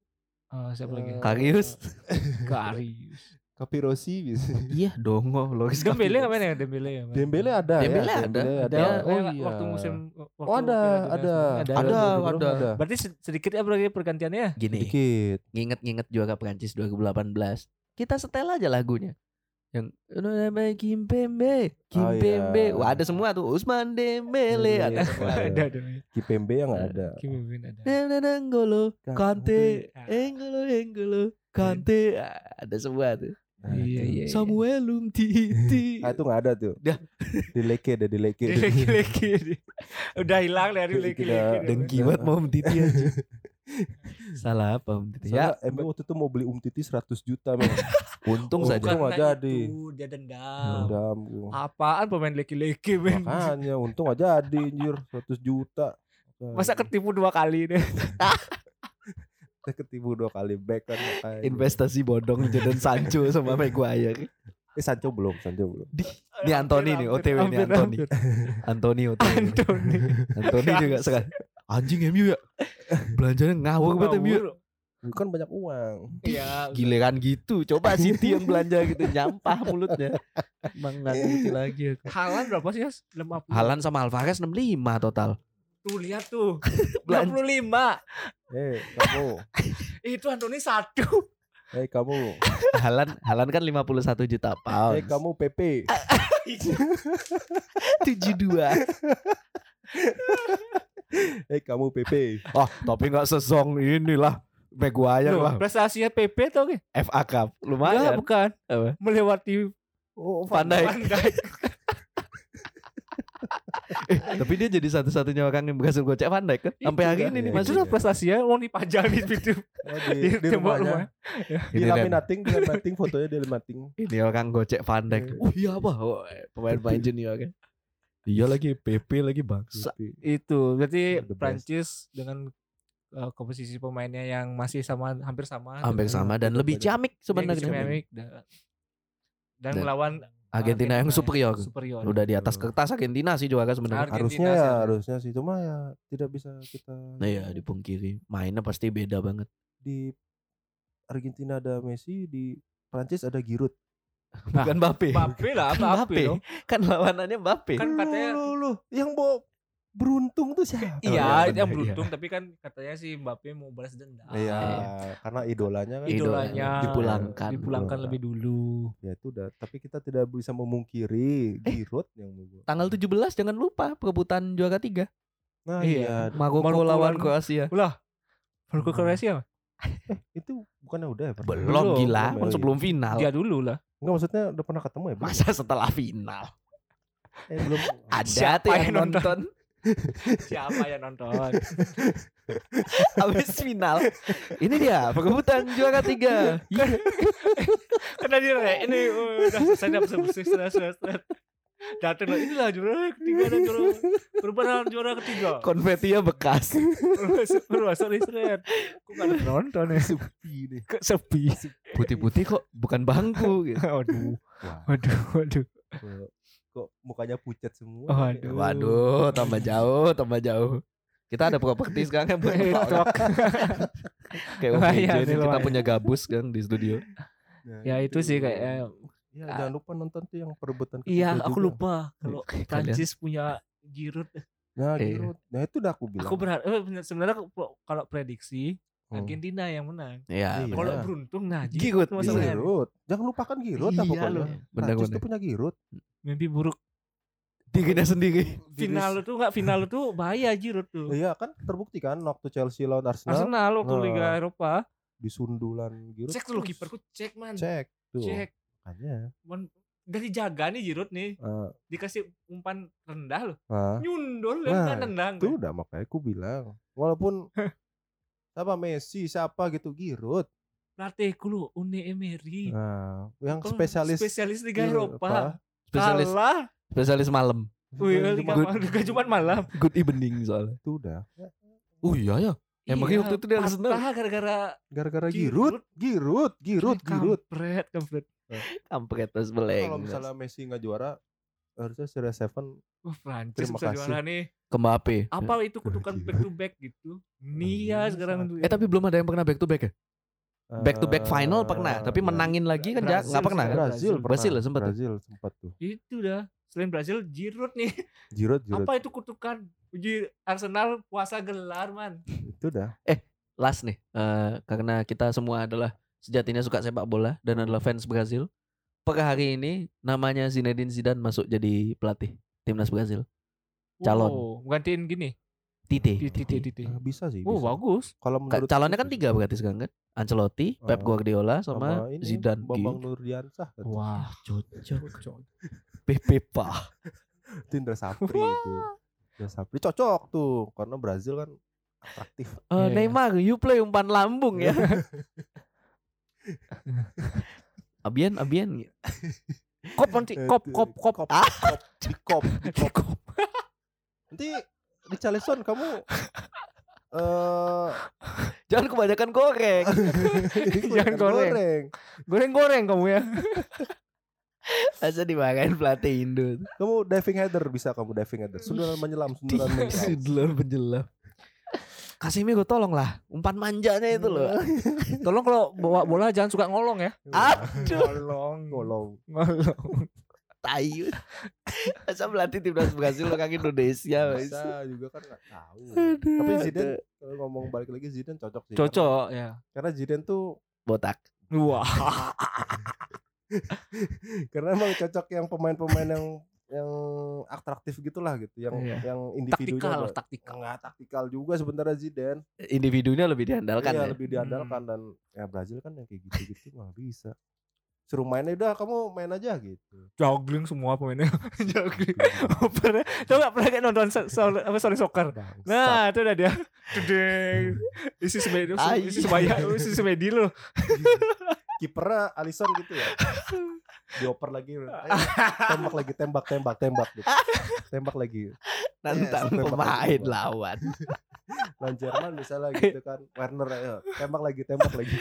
Siapa lagi? Karius. Karius. Capirosi bisa. Iya dong, logis. Dembele nggak main ya? Dembele ya. Dembele ada Dembele ya. ada. Ada. Oh Yang iya. Waktu musim. Oh ada. Ada. Berarti sedikit ya berarti pergantiannya. Gini, Sedikit. nginget juara Prancis 2018. Kita setel aja lagunya. Yang Kimpembe, Kimpembe. iya. Wah, ada semua tuh. Usman Dembele ada semua. Ada. Kipembe yang ada. N'Golo Kante, Ah. N'Golo Kante. Ada semua tuh. Iya. Samuel Umtiti. Ah itu nggak ada tuh. Dah. Dileke. Leki-leki. Udah hilang dari leki-leki. Dengki banget mau Umtiti aja. Salah apa Umtiti? Ya, Ya, MU waktu itu mau beli Umtiti 100 juta men. untung saja. Untung aja jadi. Dia dendam. Dendam. Apaan pemain leki-leki men? Makanya untung aja jadi anjir 100 juta. Masa ketipu 2 kali deh. Kita ketipu 2 kali back kan makanya. Investasi bodong Jadon Sancho sama Maguire. Sancho belum. Ini Anthony nih, OTW nih Anthony. Anthony OTW. Anthony juga sekarang. Anjing MU ya. Belanjanya ngawur banget MU. Kan banyak uang. Iya. Giliran gitu. Coba City yang belanja gitu nyampah mulutnya. Emang enggak ngerti lagi aku. Halan berapa sih, Yas? 50. Halan sama Alvarez 65 total. Tuh lihat tuh. Belanja. 65. Kamu. Itu Anthony 1. Kamu. Halan kan 51 juta pound. Kamu PP. 72. Kamu PP. Oh, tapi enggak sesong inilah Maguire Loh, lah. prestasinya PP tau gak? FA Cup. Enggak, Lumayan. bukan. Apa? Melewati Van Dijk. Tapi dia jadi satu-satunya orang yang berhasil gocek Van Dijk kan. Sampai hari ini nih Itu masih. lah prestasinya mau dipajang di pintu Di tembok rumahnya. Di Ini Ren. laminating fotonya di laminating. Ini orang gocek Van Dijk. Oh iya apa? Oh, pemain-pemain junior kan. Iya lagi PP lagi bangsa. itu. Berarti The best. Prancis dengan komposisi pemainnya yang masih hampir sama Hampir sama dan lebih ciamik sebenarnya. dan Dan melawan Argentina yang superior. Udah di atas kertas Argentina sih juara sebenarnya. Argentina Harusnya sih cuma ya tidak bisa kita. Nah ya dipungkiri. Mainnya pasti beda banget. Di Argentina ada Messi, di Prancis ada Giroud. Bukan Mbappe. Mbappe lah, Mbappe dong. Kan lawanannya Mbappe. Kan katanya Loh, yang bawa beruntung tuh siapa? iya, bener, yang beruntung tapi kan katanya si Mbappe mau balas dendam. Iya, karena idolanya kan. Idolanya dipulangkan lebih dulu. Ya itu udah, tapi kita tidak bisa memungkiri Giroud yang mau. Tanggal 17 jangan lupa perebutan juara 3. Nah, Iya. iya. Maroko lawan Kroasia. Ulah. Baru ke Kroasia. Itu bukannya udah ya? Belum gila, kan Belum. sebelum final. Dia dulu lah. Enggak, maksudnya udah pernah ketemu ya? Masa setelah final? Belum. Ada Siapa tuh yang yang nonton. Siapa yang nonton? Habis final. Ini dia perebutan juara 3. Karena dia ini udah selesai bersih. Datang lah, inilah juara ketiga dan perubahan juara ketiga. Konfetinya bekas. Baru masuk Israel. Kok gak ada penonton ya? Sepi deh. Sepi. Putih-putih kok bukan bangku gitu. Waduh. Wah, Waduh. kok mukanya pucat semua. Waduh. Waduh, tambah jauh. Kita ada properti sekarang kan buat kayak Wah, OVJ iya, ini kita lumayan. punya gabus kan di studio. Nah, Ya itu sih kayak Ya jangan lupa nonton tuh yang perebutan iya ketiga aku juga. lupa kalau Kalian- Prancis punya Giroud. Nah, Iya. Giroud. Nah, itu udah aku bilang. Aku berharap sebenarnya kalau prediksi Hmm. Argentina yang menang. Iya. Iya. Kalau beruntung nah Giroud, masalahnya. Giroud. Jangan lupakan Giroud lah Iya, pokoknya. loh. Prancis Benar-benar. tuh punya Giroud. Mimpi buruk. Dirinya sendiri. Final itu bahaya Giroud tuh. Iya kan terbukti kan waktu Chelsea lawan Arsenal, Arsenal waktu Nah. Liga Eropa. di sundulan Giroud. Cek dulu terus. kiperku, cek man. Cek tuh. Cek. Makanya. Dari jaga nih Giroud nih. Ah, Dikasih umpan rendah loh. ah. Nyundul Nah, kan tendang. Itu udah makanya aku bilang. Walaupun siapa Messi, siapa gitu Giroud. Pelatihku lu Unai Emery. Nah, yang Kok spesialis Liga Eropa. Spesialis Kalah. spesialis malam. Wih, Spesialis Liga Jumat malam. Good evening soalnya. itu udah. Oh iya ya. Emangnya waktu itu dia Arsenal. patah gara-gara Gara-gara Giroud. Giroud. Kampret. Kampret pas Kalau beleng. misalnya Messi nggak juara, harusnya Series 7 Wah, Prancis Terima bisa kasih. juara nih. Ke Mbappe. Apa itu kutukan back to back gitu? Nia sekarang tuh. Tapi belum ada yang pernah back to back ya? Back to back final pernah, tapi menangin lagi kan nggak pernah kan? Brazil sempat. Brazil sempat tuh. Itu dah. Selain Brazil, Giroud nih. Giroud. Apa itu kutukan? Uji Arsenal puasa gelar, man. Itu dah. Last nih, karena kita semua adalah sejatinya suka sepak bola dan adalah fans Brazil. Per hari ini namanya Zinedine Zidane masuk jadi pelatih timnas Brazil. Calon. Gantiin gini. Tite. Bisa sih. Oh, bisa. bagus. Kalau menurut Calonnya kan 3 berarti sekarang kan? Ancelotti, Pep Guardiola sama Zidane. Bambang Nurdiansyah. Wah, Cocok. Pepe Pak. Itu Indra Sapri itu. Indra Sapri cocok tuh karena Brazil kan atraktif. Neymar, you play umpan lambung ya. Abian. Kop nanti, kop. Di kop. Nanti Richarlison kamu jangan kebanyakan goreng. Jangan goreng kamu ya. Masa dimarahin pelatih Indo. Kamu diving header bisa sundulan menyelam. Casemiro tolonglah umpan manjanya itu loh. Tolong kalau bawa bola jangan suka ngolong ya. Aduh. Ngolong. Tai. Masa pelatih timnas Brazil orang Indonesia. Bisa juga kan nggak tahu. Tapi Zidane kalau ngomong balik lagi Zidane cocok sih. Cocok ya. Karena Zidane tuh botak. Wah. Karena emang cocok yang pemain-pemain yang atraktif gitulah gitu, yang individunya taktikal juga sebenarnya Zidane. Individunya lebih diandalkan ya. Lebih diandalkan dan ya Brazil kan yang kayak gitu mah bisa. Suruh mainnya udah kamu main aja gitu. Juggling semua pemainnya. Juggling. Coba pernah kayak nonton Sonic Soccer. Nah, itu udah dia. Dedeng. Isi semedi loh. Kipernya Alisson gitu ya. Dioper lagi. Tembak gitu. Tembak lagi. Nantang pemain lawan. Lawan Jerman misalnya gitu kan. Werner ya. Tembak lagi.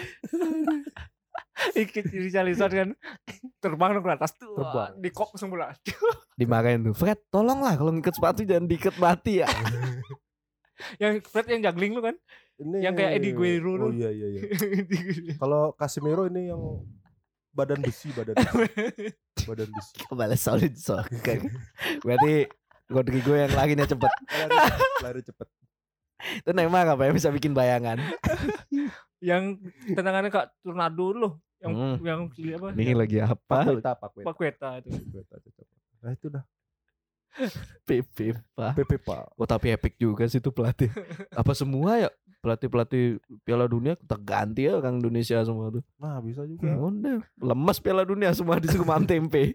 Richarlison kan terbang ke atas tuh. Di kop semula. Dimarahin tuh. Fred, tolonglah kalau ngikat sepatu jangan diikat mati ya. Yang Fred yang juggling lu kan? Ini yang kayak Eddie Guerrero. Oh iya. Kalau Casemiro ini yang badan besi. Kembali solid soccer. Berarti Rodrigo yang larinya cepet. Lari cepet. Itu Neymar apa ya bisa bikin bayangan. Yang tendangannya kayak tornado loh. Yang apa? Ini lagi apa? Paqueta itu. Nah itu dah. Pepe Pak. Oh tapi epic juga sih itu pelatih. Apa semua ya pelatih Piala Dunia kita ganti ya orang Indonesia semua tuh. Nah bisa juga. Udah lemas Piala Dunia semua disuruh makan tempe.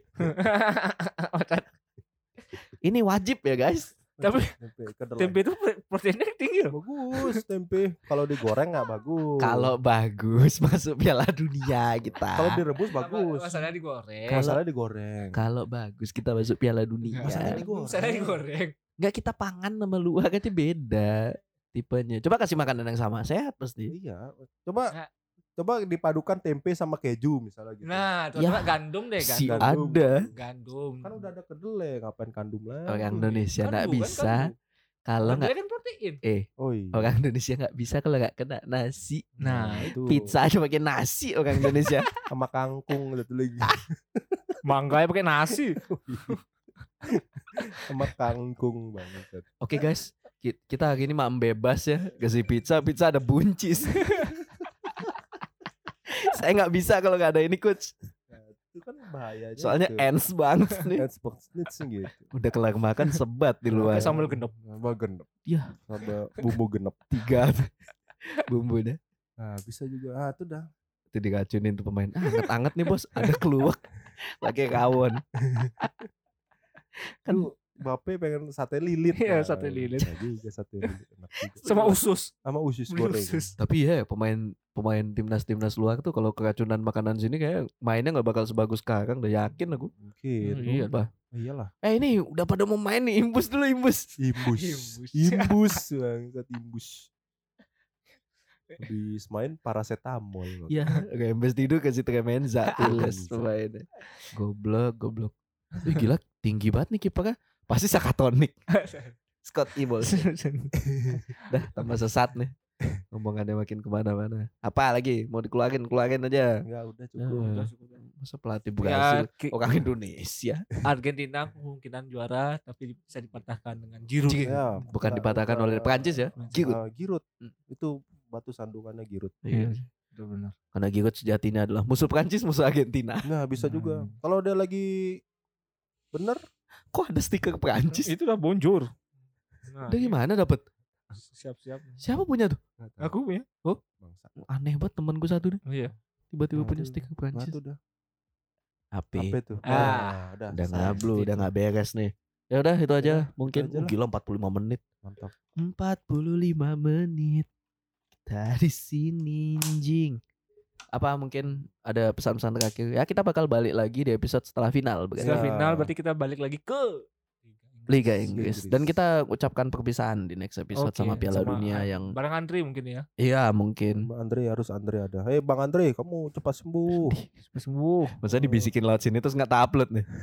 Ini wajib ya guys. Tapi tempe itu proteinnya tinggi loh. Bagus tempe. Kalau digoreng nggak bagus. Kalau bagus masuk Piala Dunia kita. Kalau direbus bagus. Masalahnya digoreng. Kalau bagus kita masuk Piala Dunia. Masalahnya digoreng. Nggak kita pangan sama luar kan beda tipenya. Coba kasih makanan yang sama sehat pasti. Iya. Coba dipadukan tempe sama keju misalnya gitu. Nah, coba gandum deh kan. Gandum. Kan udah ada kedelai, ngapain kandum lagi? Orang Indonesia nggak bisa kalau nggak kan protein. Orang Indonesia nggak bisa kalau nggak kena nasi. Nah, itu. Pizza aja pakai nasi orang Indonesia. Sama kangkung satu lagi. Mangganya pakai nasi. Sama kangkung banget. Oke guys, kita hari ini makan bebas ya. Kasih pizza ada buncis. Saya nggak bisa kalau nggak ada ini coach. Nah, itu kan bahayanya. Soalnya ends banget nih. Ends gitu. Udah kelar makan sebat di luar. Sambal genep. Iya. Ada bumbu genep 3 bumbunya. Nah bisa juga. Itu dah. Itu diracunin tuh pemain. Anget-anget nih bos. Ada keluak. Pakai rawon. Kan Bape pengen sate lilit. Iya sate lilit. Juga sate lilit. Enak juga. Sama usus goreng. Tapi ya pemain timnas luar tuh kalau keracunan makanan sini kayak mainnya nggak bakal sebagus sekarang. Udah yakin aku. Mungkin. Iya lah. Iyalah. Ini udah pada mau main nih. Imbus dulu imbus. Imbus. Habis main paracetamol. Iya. Imbus tidur kasih Tremenza tulis pemainnya. Goblok. Gila tinggi banget nih kipernya. Pasti Sakatonik. Scott Ibols. Dah tambah sesat nih. Ngomongannya makin kemana-mana. Apa lagi? Mau dikeluarin aja. Enggak, udah Eh, cukup. Masa pelatih Ya, Brasil orang Indonesia. Argentina kemungkinan juara tapi bisa dipatahkan dengan Giroud. Ya, Bukan dipatahkan oleh Prancis ya. Giroud. Giroud. Hmm. Itu batu sandungannya Giroud. Iya. Itu benar. Karena Giroud sejatinya adalah musuh Prancis, musuh Argentina. Nah, bisa juga. Kalau dia lagi bener, Kok ada stiker Prancis? Itu udah bonjour. Nah, Dari mana dapat? siap-siap. Siapa punya tuh? Aku ya. bangsa. Aneh banget temanku satu nih. Oh iya. Tiba-tiba Nah, punya itu. stiker Nah, Prancis. itu dah. HP. Apa itu? Ah, Udah selesai. ngablu, udah nggak beres nih. Ya udah itu aja. Mungkin aja lah. gila 45 menit. Mantap. 45 menit. Kita di sini anjing. Apa mungkin ada pesan-pesan terakhir? Ya kita bakal balik lagi di episode setelah final. Setelah Ya. final berarti kita balik lagi ke Liga Inggris. Dan kita ucapkan perpisahan di next episode Oke, sama Piala sama Dunia yang bareng Andri mungkin ya. iya mungkin. Bang Andre ada. Hei Bang Andre, kamu cepat sembuh. Sembuh. Masa dibisikin lewat sini terus nggak upload nih.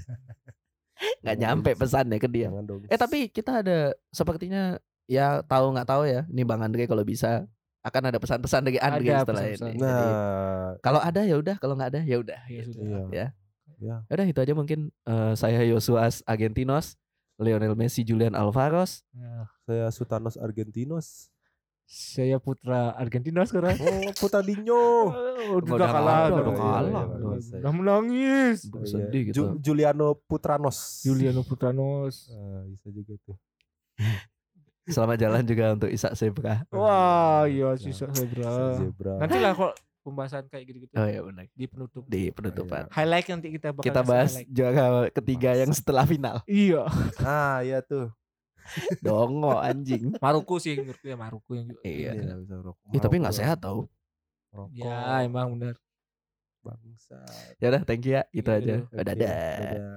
Nggak nyampe pesannya ke dia. Jangan dong. Tapi kita ada sepertinya ya tahu nggak tahu ya. Nih Bang Andre kalau bisa akan ada pesan-pesan dari Andre Ada setelah pesan-pesan. ini. Nah, Jadi, kalau ada ya udah, kalau nggak ada ya udah. Ya sudah. iya. Ya. Ya. Udah itu aja mungkin. Saya Yosuas Argentinos, Lionel Messi, Julian Alvarez. Nah, Saya Sutanos Argentinos. saya putra Argentina sekarang. Oh, Putadinho. Oh, Udah udah kalah, kalah, udah udah kalah. kalah. Udah menangis. Sedih gitu. Juliano Putranos. Juliano Putranos. Bisa juga tuh. Selamat jalan juga untuk Isak Sebra. Wah, iya sisa zebra. Zebra. Nanti lah kok pembahasan kayak gitu-gitu Oh iya benar. di penutup. Di penutupan. Highlight nanti kita bakal Kita kasih bahas highlight. juara ketiga yang setelah final. Iya. Iya tuh. Dongo anjing. Maroko sih menurutku ya Maroko yang juga. Iya. Nggak bisa rokok. Tapi nggak sehat tau. Rokok. Ya, emang benar. Bangsa. Ya udah, thank you ya. Itu Iya, aja. Oke, Dadah. dadah.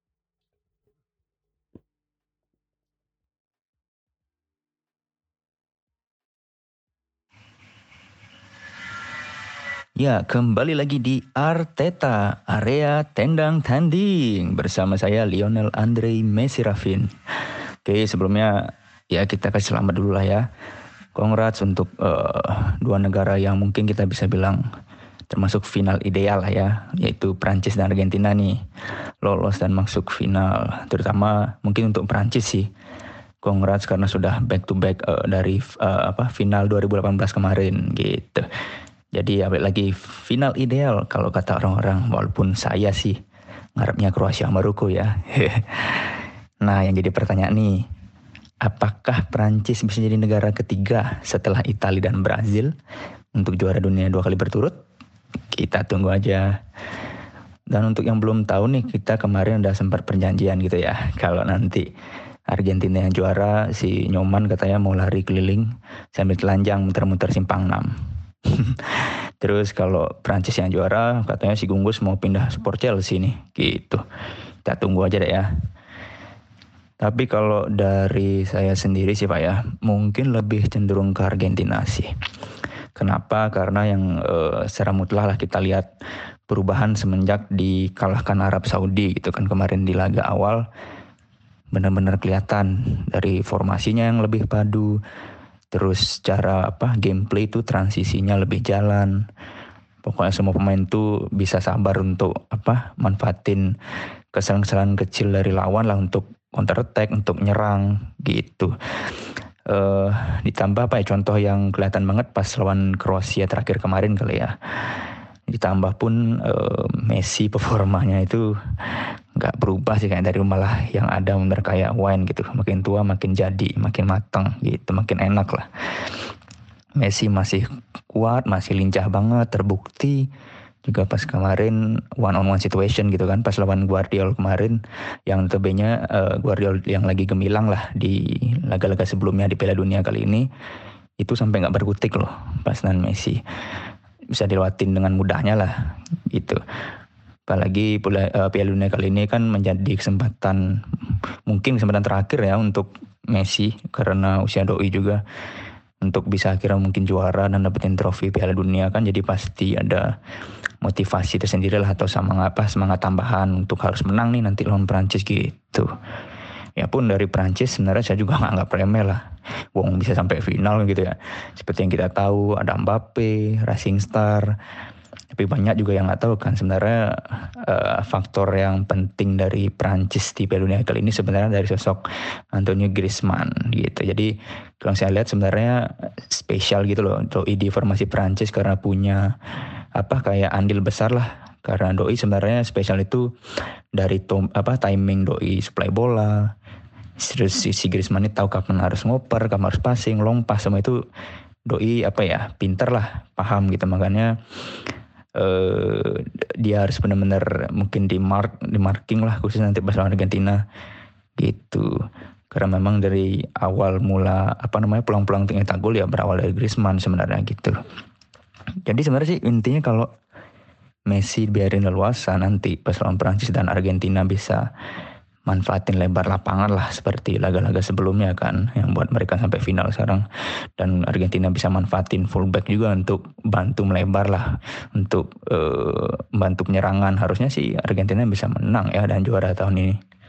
Ya, kembali lagi di Arteta, area tendang tanding bersama saya Lionel Andre Messi Raffin. Oke, sebelumnya ya kita kasih selamat dulu lah ya. Congrats untuk dua negara yang mungkin kita bisa bilang termasuk final ideal lah ya, yaitu Prancis dan Argentina nih lolos dan masuk final. Terutama mungkin untuk Prancis sih. Congrats karena sudah back to back dari final 2018 kemarin gitu. Jadi lagi final ideal kalau kata orang-orang, walaupun saya sih ngarepnya Kroasia Maroko ya. Nah yang jadi pertanyaan nih, apakah Prancis bisa jadi negara ketiga setelah Italia dan Brazil untuk juara dunia 2 kali berturut? Kita tunggu aja. Dan untuk yang belum tahu nih, kita kemarin udah sempat perjanjian gitu ya, kalau nanti Argentina yang juara, si Nyoman katanya mau lari keliling sambil telanjang muter-muter simpang 6. Terus kalau Prancis yang juara, katanya si Gunggus mau pindah support Chelsea nih gitu. Kita tunggu aja deh ya. Tapi kalau dari saya sendiri sih Pak ya, mungkin lebih cenderung ke Argentina sih. Kenapa? Karena yang secara mutlak lah kita lihat perubahan semenjak dikalahkan Arab Saudi gitu kan kemarin di laga awal. Benar-benar kelihatan dari formasinya yang lebih padu. Terus cara gameplay itu transisinya lebih jalan. Pokoknya semua pemain tuh bisa sabar untuk manfaatin kesalahan-kesalahan kecil dari lawan lah untuk counter attack, untuk nyerang gitu. Ditambah contoh yang kelihatan banget pas lawan Kroasia terakhir kemarin kali ya. Ditambah pun Messi performanya itu nggak berubah sih, kayak dari malah yang ada bener kayak wine gitu, makin tua makin jadi, makin matang gitu, makin enak lah. Messi masih kuat, masih lincah banget, terbukti juga pas kemarin one on one situation gitu kan, pas lawan Guardiola kemarin, yang notabene Guardiola yang lagi gemilang lah di laga-laga sebelumnya di Piala Dunia kali ini, itu sampai nggak berkutik loh pas nan Messi, bisa dilewatin dengan mudahnya lah gitu. Apalagi Piala Dunia kali ini kan menjadi mungkin kesempatan terakhir ya untuk Messi karena usia doi juga, untuk bisa akhirnya mungkin juara dan dapetin trofi Piala Dunia kan, jadi pasti ada motivasi tersendiri lah atau semangat tambahan untuk harus menang nih nanti lawan Prancis gitu. Ya pun dari Prancis sebenarnya saya juga nggak anggap remeh lah. Wong bisa sampai final gitu ya. Seperti yang kita tahu ada Mbappe, Racing Star. Tapi banyak juga yang nggak tahu kan sebenarnya faktor yang penting dari Prancis di Piala Dunia kali ini sebenarnya dari sosok Antonio Griezmann gitu. Jadi kalau saya lihat sebenarnya spesial gitu loh doi di formasi Prancis karena punya kayak andil besar lah. Karena doi sebenarnya spesial itu dari timing doi supply bola. Terus si Griezmann ini tahu kapan harus ngoper, kapan harus passing, long pass, sama itu doi pinter lah, paham gitu. Makanya dia harus benar-benar mungkin di marking lah khusus nanti pas lawan Argentina gitu. Karena memang dari awal mula peluang-peluang untuk nyetak gol ya berawal dari Griezmann sebenarnya gitu. Jadi sebenarnya sih intinya kalau Messi biarin leluasa nanti pas lawan Prancis dan Argentina bisa manfaatin lebar lapangan lah seperti laga-laga sebelumnya kan yang buat mereka sampai final sekarang, dan Argentina bisa manfaatin fullback juga untuk bantu melebar lah untuk bantu penyerangan. Harusnya sih Argentina bisa menang ya dan juara tahun ini.